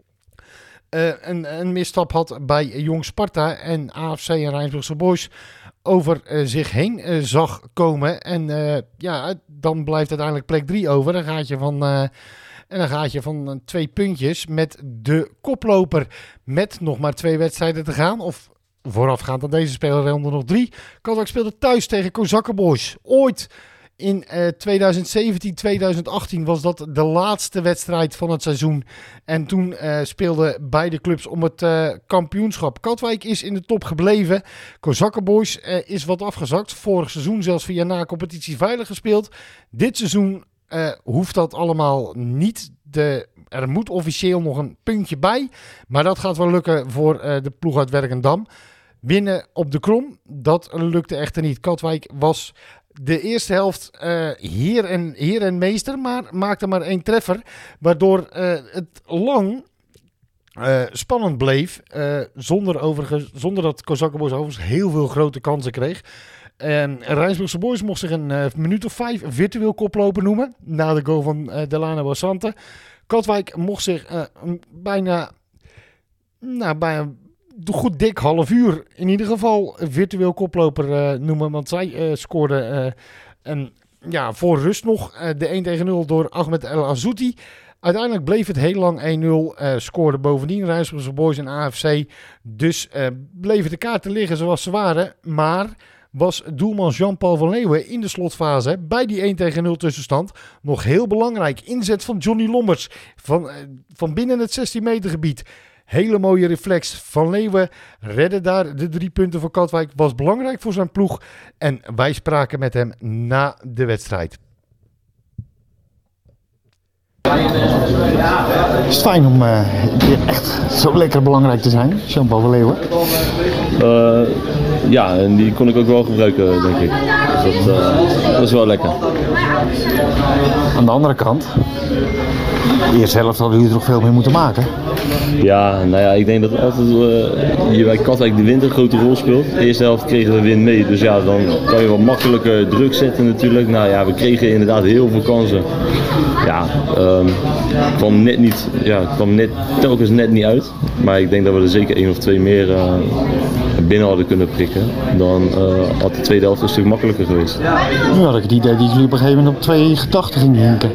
uh, een, een misstap had bij Jong Sparta en A F C en Rijnsburgse Boys over uh, zich heen uh, zag komen. En uh, ja, dan blijft uiteindelijk plek drie over. Dan gaat je van... Uh, En dan gaat je van uh, twee puntjes met de koploper met nog maar twee wedstrijden te gaan. Of voorafgaand aan deze spelerronde nog drie. Katwijk speelde thuis tegen Kozakkenboys. Ooit in uh, twintig zeventien twintig achttien was dat de laatste wedstrijd van het seizoen. En toen uh, speelden beide clubs om het uh, kampioenschap. Katwijk is in de top gebleven. Kozakkenboys uh, is wat afgezakt. Vorig seizoen zelfs via na-competitie veilig gespeeld. Dit seizoen Uh, hoeft dat allemaal niet. De, er moet officieel nog een puntje bij. Maar dat gaat wel lukken voor uh, de ploeg uit Werkendam. Winnen op de Krom, dat lukte echter niet. Katwijk was de eerste helft uh, heer, en, heer en meester, maar maakte maar één treffer. Waardoor uh, het lang uh, spannend bleef. Uh, zonder, overigens, zonder dat Kozakkenboys overigens heel veel grote kansen kreeg. En Rijnsburgse Boys mocht zich een uh, minuut of vijf virtueel koploper noemen. Na de goal van uh, Delano Assante. Katwijk mocht zich uh, bijna, nou, bijna goed dik half uur in ieder geval virtueel koploper uh, noemen. Want zij uh, scoorden uh, een, ja, voor rust nog uh, de één tegen nul door Ahmed El Azouti. Uiteindelijk bleef het heel lang één nul. Uh, scoorden bovendien Rijnsburgse Boys en A F C. Dus uh, bleven de kaarten liggen zoals ze waren. Maar was doelman Jean-Paul van Leeuwen in de slotfase bij die één tegen nul tussenstand nog heel belangrijk. Inzet van Johnny Lombers van, van binnen het zestien meter gebied. Hele mooie reflex. Van Leeuwen redde daar de drie punten voor Katwijk. Was belangrijk voor zijn ploeg. En wij spraken met hem na de wedstrijd. Is het fijn om uh, weer echt zo lekker belangrijk te zijn, Jean-Paul van Leeuwen? Uh, ja, en die kon ik ook wel gebruiken, denk ik. Dus dat, uh, dat is wel lekker. Aan de andere kant, de eerste helft hadden jullie er nog veel meer moeten maken. Ja, nou ja, ik denk dat altijd uh, hier bij Katwijk de wind een grote rol speelt. De eerste helft kregen we wind mee, dus ja, dan kan je wel makkelijker druk zetten natuurlijk. Nou ja, we kregen inderdaad heel veel kansen. Ja, um, kwam net niet, ja, kwam net, telkens net niet uit. Maar ik denk dat we er zeker één of twee meer uh, binnen hadden kunnen prikken. Dan uh, had de tweede helft een stuk makkelijker geweest. Nu had ik het idee dat jullie op een gegeven moment op twee gedachten gingen hinken.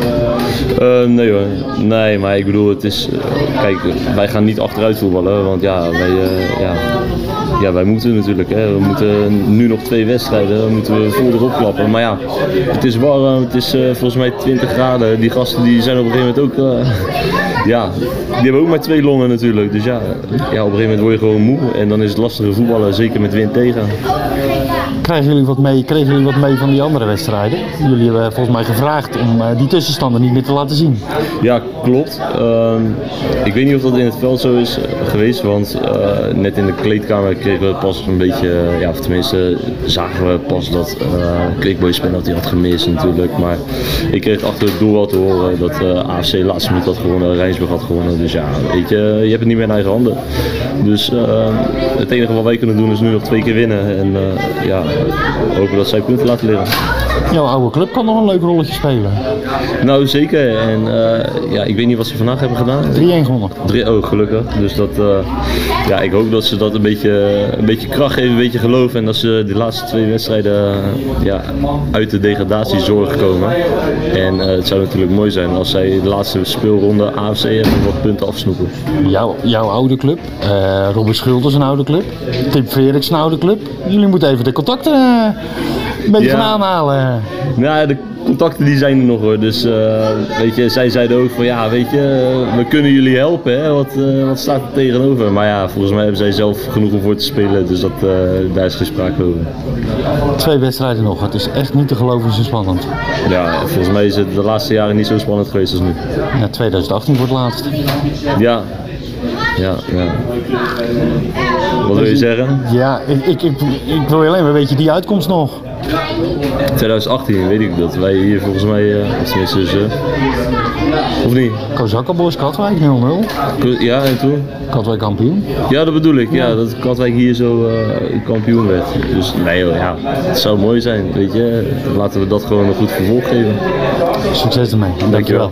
Uh, nee hoor, nee, maar ik bedoel, het is, uh, kijk, wij gaan niet achteruit voetballen, want ja, wij, uh, ja, ja, wij moeten natuurlijk, hè. We moeten nu nog twee wedstrijden, dan moeten we vol erop klappen. Maar ja, het is warm, het is uh, volgens mij twintig graden, die gasten die zijn op een gegeven moment ook, uh, ja, die hebben ook maar twee longen natuurlijk. Dus ja, ja, op een gegeven moment word je gewoon moe en dan is het lastige voetballen, zeker met wind tegen. Krijgen jullie wat mee, kregen jullie wat mee van die andere wedstrijden? Jullie hebben volgens mij gevraagd om uh, die tussenstanden niet meer te laten zien. Ja, klopt. Uh, ik weet niet of dat in het veld zo is geweest, want uh, net in de kleedkamer kregen we pas een beetje, uh, ja, of tenminste zagen we pas dat uh, Quickboys penalty had gemist natuurlijk. Maar ik kreeg achter het doel wel te horen dat uh, A F C laatste minuut had gewonnen, Rijnsburg had gewonnen. Dus ja, weet je, je hebt het niet meer in eigen handen. Dus uh, het enige wat wij kunnen doen is nu nog twee keer winnen en uh, ja, hopen dat zij punten laten liggen. Jouw oude club kan nog een leuk rolletje spelen. Nou zeker, en uh, ja, ik weet niet wat ze vandaag hebben gedaan. drie-een gewonnen. drie oh, gelukkig. Dus dat, uh, ja, ik hoop dat ze dat een beetje, een beetje kracht geven, een beetje geloof. En dat ze de laatste twee wedstrijden uh, ja, uit de degradatiezorg komen. En uh, het zou natuurlijk mooi zijn als zij de laatste speelronde A F C hebben wat punten afsnoepen. Jouw, jouw oude club, uh, Robert Schulders een oude club, Tim Veriks een oude club. Jullie moeten even de contacten uh, een beetje ja. gaan aanhalen. Nou, de contacten die zijn er nog hoor, dus uh, weet je, zij zeiden ook van ja, weet je, we kunnen jullie helpen, hè? Wat, uh, wat staat er tegenover? Maar ja, volgens mij hebben zij zelf genoeg om voor te spelen, dus dat, uh, daar is geen sprake over. Twee wedstrijden nog, het is echt niet te geloven zo spannend. Ja, volgens mij is het de laatste jaren niet zo spannend geweest als nu. Ja, twintig achttien voor het laatst. Ja. Ja, ja. Wat wil je zeggen? Ja, ik, ik, ik, ik wil alleen maar, weet je, die uitkomst nog. twintig achttien weet ik dat wij hier volgens mij, uh, of tenminste dus, uh, of niet? Kozakkenbos, Katwijk nul nul. Ja, en toen? Katwijk kampioen. Ja, dat bedoel ik, ja, dat Katwijk hier zo uh, kampioen werd. Dus nee hoor, ja, het zou mooi zijn, weet je. Laten we dat gewoon een goed vervolg geven. Succes ermee, dankjewel.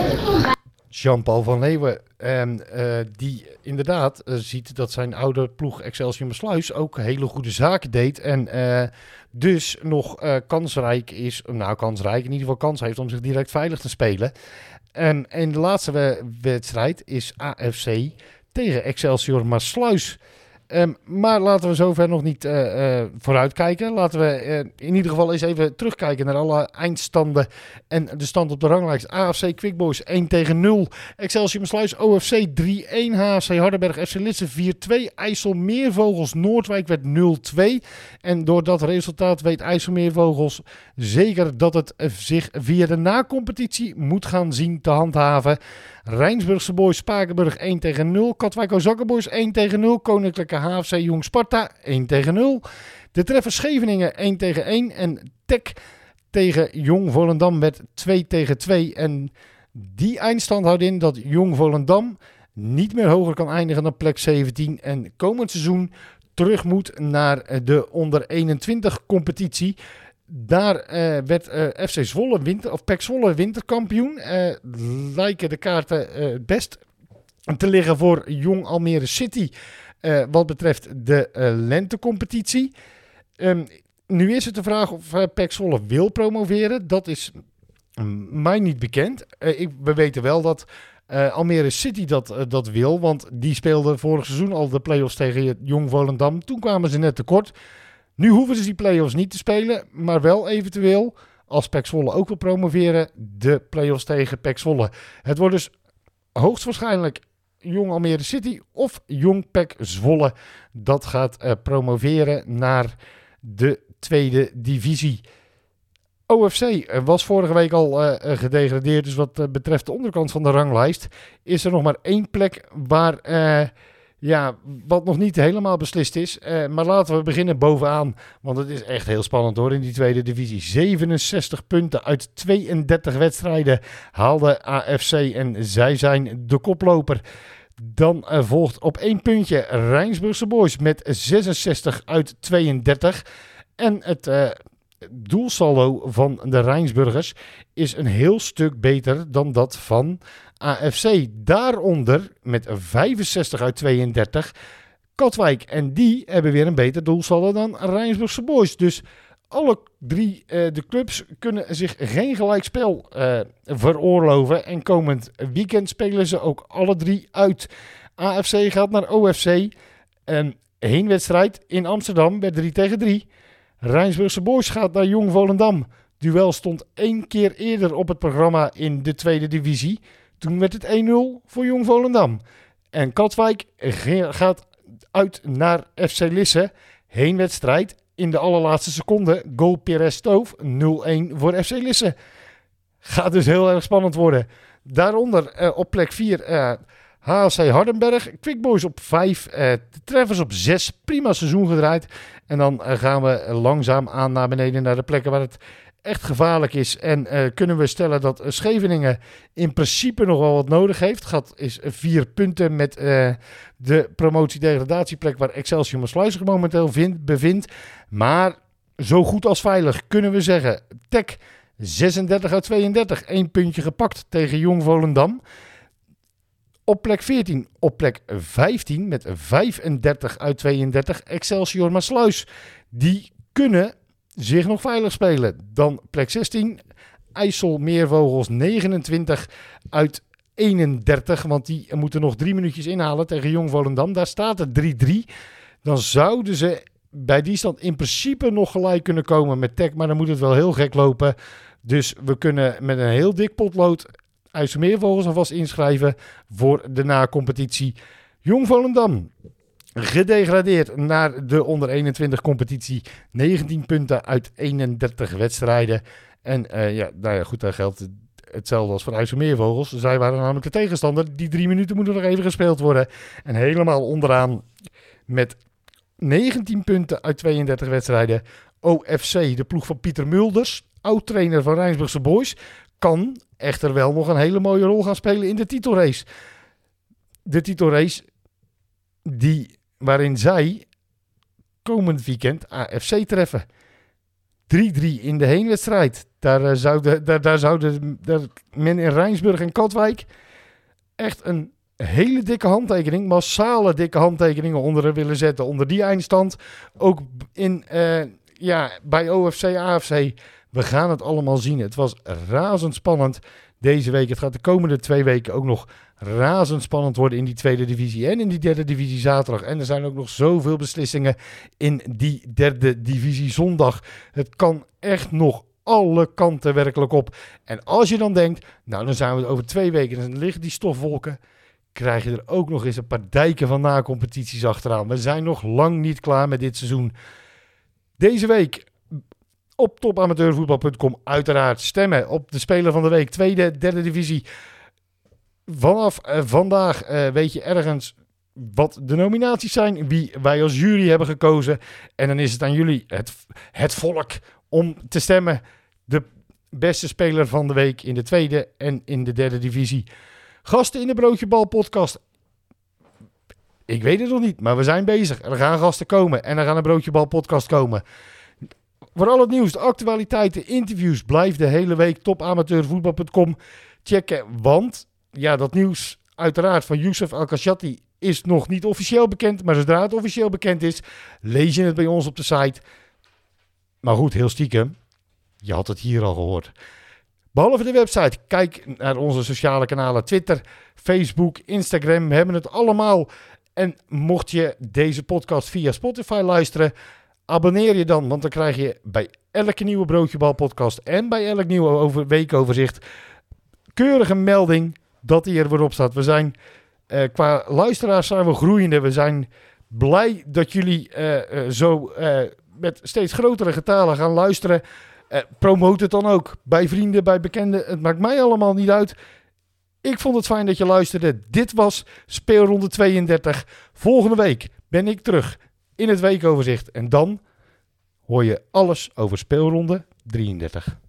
Jean-Paul van Leeuwen, en, uh, die inderdaad uh, ziet dat zijn oude ploeg Excelsior Maassluis ook hele goede zaken deed. En uh, dus nog uh, kansrijk is, nou kansrijk, in ieder geval kans heeft om zich direct veilig te spelen. En in de laatste we- wedstrijd is A F C tegen Excelsior Maassluis. Um, maar laten we zover nog niet uh, uh, vooruitkijken. Laten we uh, in ieder geval eens even terugkijken naar alle eindstanden en de stand op de ranglijst. A F C Quickboys één tegen nul. Excelsior Maassluis O F C drie-een. H F C Hardenberg F C Lisse vier-twee. IJsselmeervogels Noordwijk werd nul-twee. En door dat resultaat weet IJsselmeervogels zeker dat het zich via de na-competitie moet gaan zien te handhaven. Rijnsburgse Boys Spakenburg één tegen nul. Katwijk Kozakkenboys één tegen nul. Koninklijke H F C Jong Sparta één tegen nul. De treffer Scheveningen één tegen één. En Tech tegen Jong Volendam werd twee tegen twee. En die eindstand houdt in dat Jong Volendam niet meer hoger kan eindigen dan plek zeventien. En komend seizoen terug moet naar de onder eenentwintig competitie. Daar uh, werd uh, F C Zwolle, winter, of P E C Zwolle winterkampioen. Uh, lijken de kaarten uh, best te liggen voor Jong Almere City uh, wat betreft de uh, lentecompetitie. Um, nu is het de vraag of uh, P E C Zwolle wil promoveren. Dat is um, mij niet bekend. Uh, ik, we weten wel dat uh, Almere City dat, uh, dat wil, want die speelde vorig seizoen al de play-offs tegen Jong Volendam. Toen kwamen ze net tekort. Nu hoeven ze die play-offs niet te spelen, maar wel eventueel, als P E C Zwolle ook wil promoveren, de play-offs tegen P E C Zwolle. Het wordt dus hoogstwaarschijnlijk Jong Almere City of Jong P E C Zwolle dat gaat uh, promoveren naar de tweede divisie. O F C was vorige week al uh, gedegradeerd, dus wat uh, betreft de onderkant van de ranglijst is er nog maar één plek waar, uh, ja, wat nog niet helemaal beslist is. Uh, maar laten we beginnen bovenaan, want het is echt heel spannend hoor in die tweede divisie. zevenenzestig punten uit tweeëndertig wedstrijden haalde A F C en zij zijn de koploper. Dan uh, volgt op één puntje Rijnsburgse Boys met zesenzestig uit tweeëndertig. En het uh, doelsaldo van de Rijnsburgers is een heel stuk beter dan dat van A F C. Daaronder met vijfenzestig uit tweeëndertig Katwijk. En die hebben weer een beter doelsaldo dan Rijnsburgse Boys. Dus alle drie uh, de clubs kunnen zich geen gelijkspel uh, veroorloven. En komend weekend spelen ze ook alle drie uit. A F C gaat naar O F C. Een heenwedstrijd in Amsterdam werd drie tegen drie. Rijnsburgse Boys gaat naar Jong Volendam. Duel stond één keer eerder op het programma in de tweede divisie. Toen werd het één nul voor Jong Volendam. En Katwijk gaat uit naar F C Lisse. Heenwedstrijd in de allerlaatste seconde. Goal Perez Stoof, nul één voor F C Lisse. Gaat dus heel erg spannend worden. Daaronder uh, op plek vier uh, H F C Hardenberg. Quick Boys op vijf. Uh, de Treffers op zes. Prima seizoen gedraaid. En dan uh, gaan we langzaam aan naar beneden naar de plekken waar het echt gevaarlijk is. En uh, kunnen we stellen dat uh, Scheveningen in principe nog wel wat nodig heeft. Gat is vier punten met uh, de promotie-degradatieplek waar Excelsior Maassluis zich momenteel vind, bevindt. Maar zo goed als veilig kunnen we zeggen. Tech zesendertig uit tweeëndertig. één puntje gepakt tegen Jong Volendam. Op plek veertien, op plek vijftien met vijfendertig uit tweeëndertig Excelsior Maassluis. Die kunnen zich nog veilig spelen. Dan plek zestien, IJsselmeervogels negenentwintig uit eenendertig. Want die moeten nog drie minuutjes inhalen tegen Jong Volendam. Daar staat het drie drie. Dan zouden ze bij die stand in principe nog gelijk kunnen komen met Tech. Maar dan moet het wel heel gek lopen. Dus we kunnen met een heel dik potlood IJsselmeervogels alvast inschrijven voor de na-competitie. Jong Volendam gedegradeerd naar de onder eenentwintig competitie. negentien punten uit eenendertig wedstrijden. En uh, ja, nou ja, goed, daar geldt hetzelfde als voor IJsselmeervogels. Zij waren namelijk de tegenstander. Die drie minuten moeten nog even gespeeld worden. En helemaal onderaan met negentien punten uit tweeëndertig wedstrijden. O F C, de ploeg van Pieter Mulders, oud-trainer van Rijnsburgse Boys, kan echter wel nog een hele mooie rol gaan spelen in de titelrace. De titelrace die, waarin zij komend weekend A F C treffen. drie drie in de heenwedstrijd. Daar uh, zouden, daar, daar zouden daar men in Rijnsburg en Katwijk echt een hele dikke handtekening, massale dikke handtekeningen onder willen zetten. Onder die eindstand. Ook in, uh, ja, bij O F C, A F C. We gaan het allemaal zien. Het was razendspannend deze week. Het gaat de komende twee weken ook nog razendspannend worden in die tweede divisie en in die derde divisie zaterdag. En er zijn ook nog zoveel beslissingen in die derde divisie zondag. Het kan echt nog alle kanten werkelijk op. En als je dan denkt, nou dan zijn we over twee weken, dan liggen die stofwolken, krijg je er ook nog eens een paar dijken van na-competities achteraan. We zijn nog lang niet klaar met dit seizoen. Deze week op top amateurvoetbal punt com uiteraard stemmen op de speler van de week. Tweede, derde divisie. Vanaf uh, vandaag uh, weet je ergens wat de nominaties zijn. Wie wij als jury hebben gekozen. En dan is het aan jullie, het, het volk, om te stemmen. De beste speler van de week in de tweede en in de derde divisie. Gasten in de Broodjebal podcast. Ik weet het nog niet, maar we zijn bezig. Er gaan gasten komen en er gaan een Broodjebal podcast komen. Voor al het nieuws, de actualiteiten, interviews, blijf de hele week top amateurvoetbal punt com checken. Want ja, dat nieuws uiteraard van Youssef El-Khashati is nog niet officieel bekend. Maar zodra het officieel bekend is, lees je het bij ons op de site. Maar goed, heel stiekem, je had het hier al gehoord. Behalve de website, kijk naar onze sociale kanalen Twitter, Facebook, Instagram. We hebben het allemaal. En mocht je deze podcast via Spotify luisteren, abonneer je dan, want dan krijg je bij elke nieuwe Broodjebal podcast en bij elk nieuwe over, weekoverzicht keurige melding dat hij er weer op staat. We zijn uh, qua luisteraars zijn we groeiende. We zijn blij dat jullie uh, uh, zo uh, met steeds grotere getalen gaan luisteren. Uh, promoot het dan ook. Bij vrienden, bij bekenden. Het maakt mij allemaal niet uit. Ik vond het fijn dat je luisterde. Dit was speelronde tweeëndertig. Volgende week ben ik terug in het weekoverzicht. En dan hoor je alles over speelronde drieëndertig.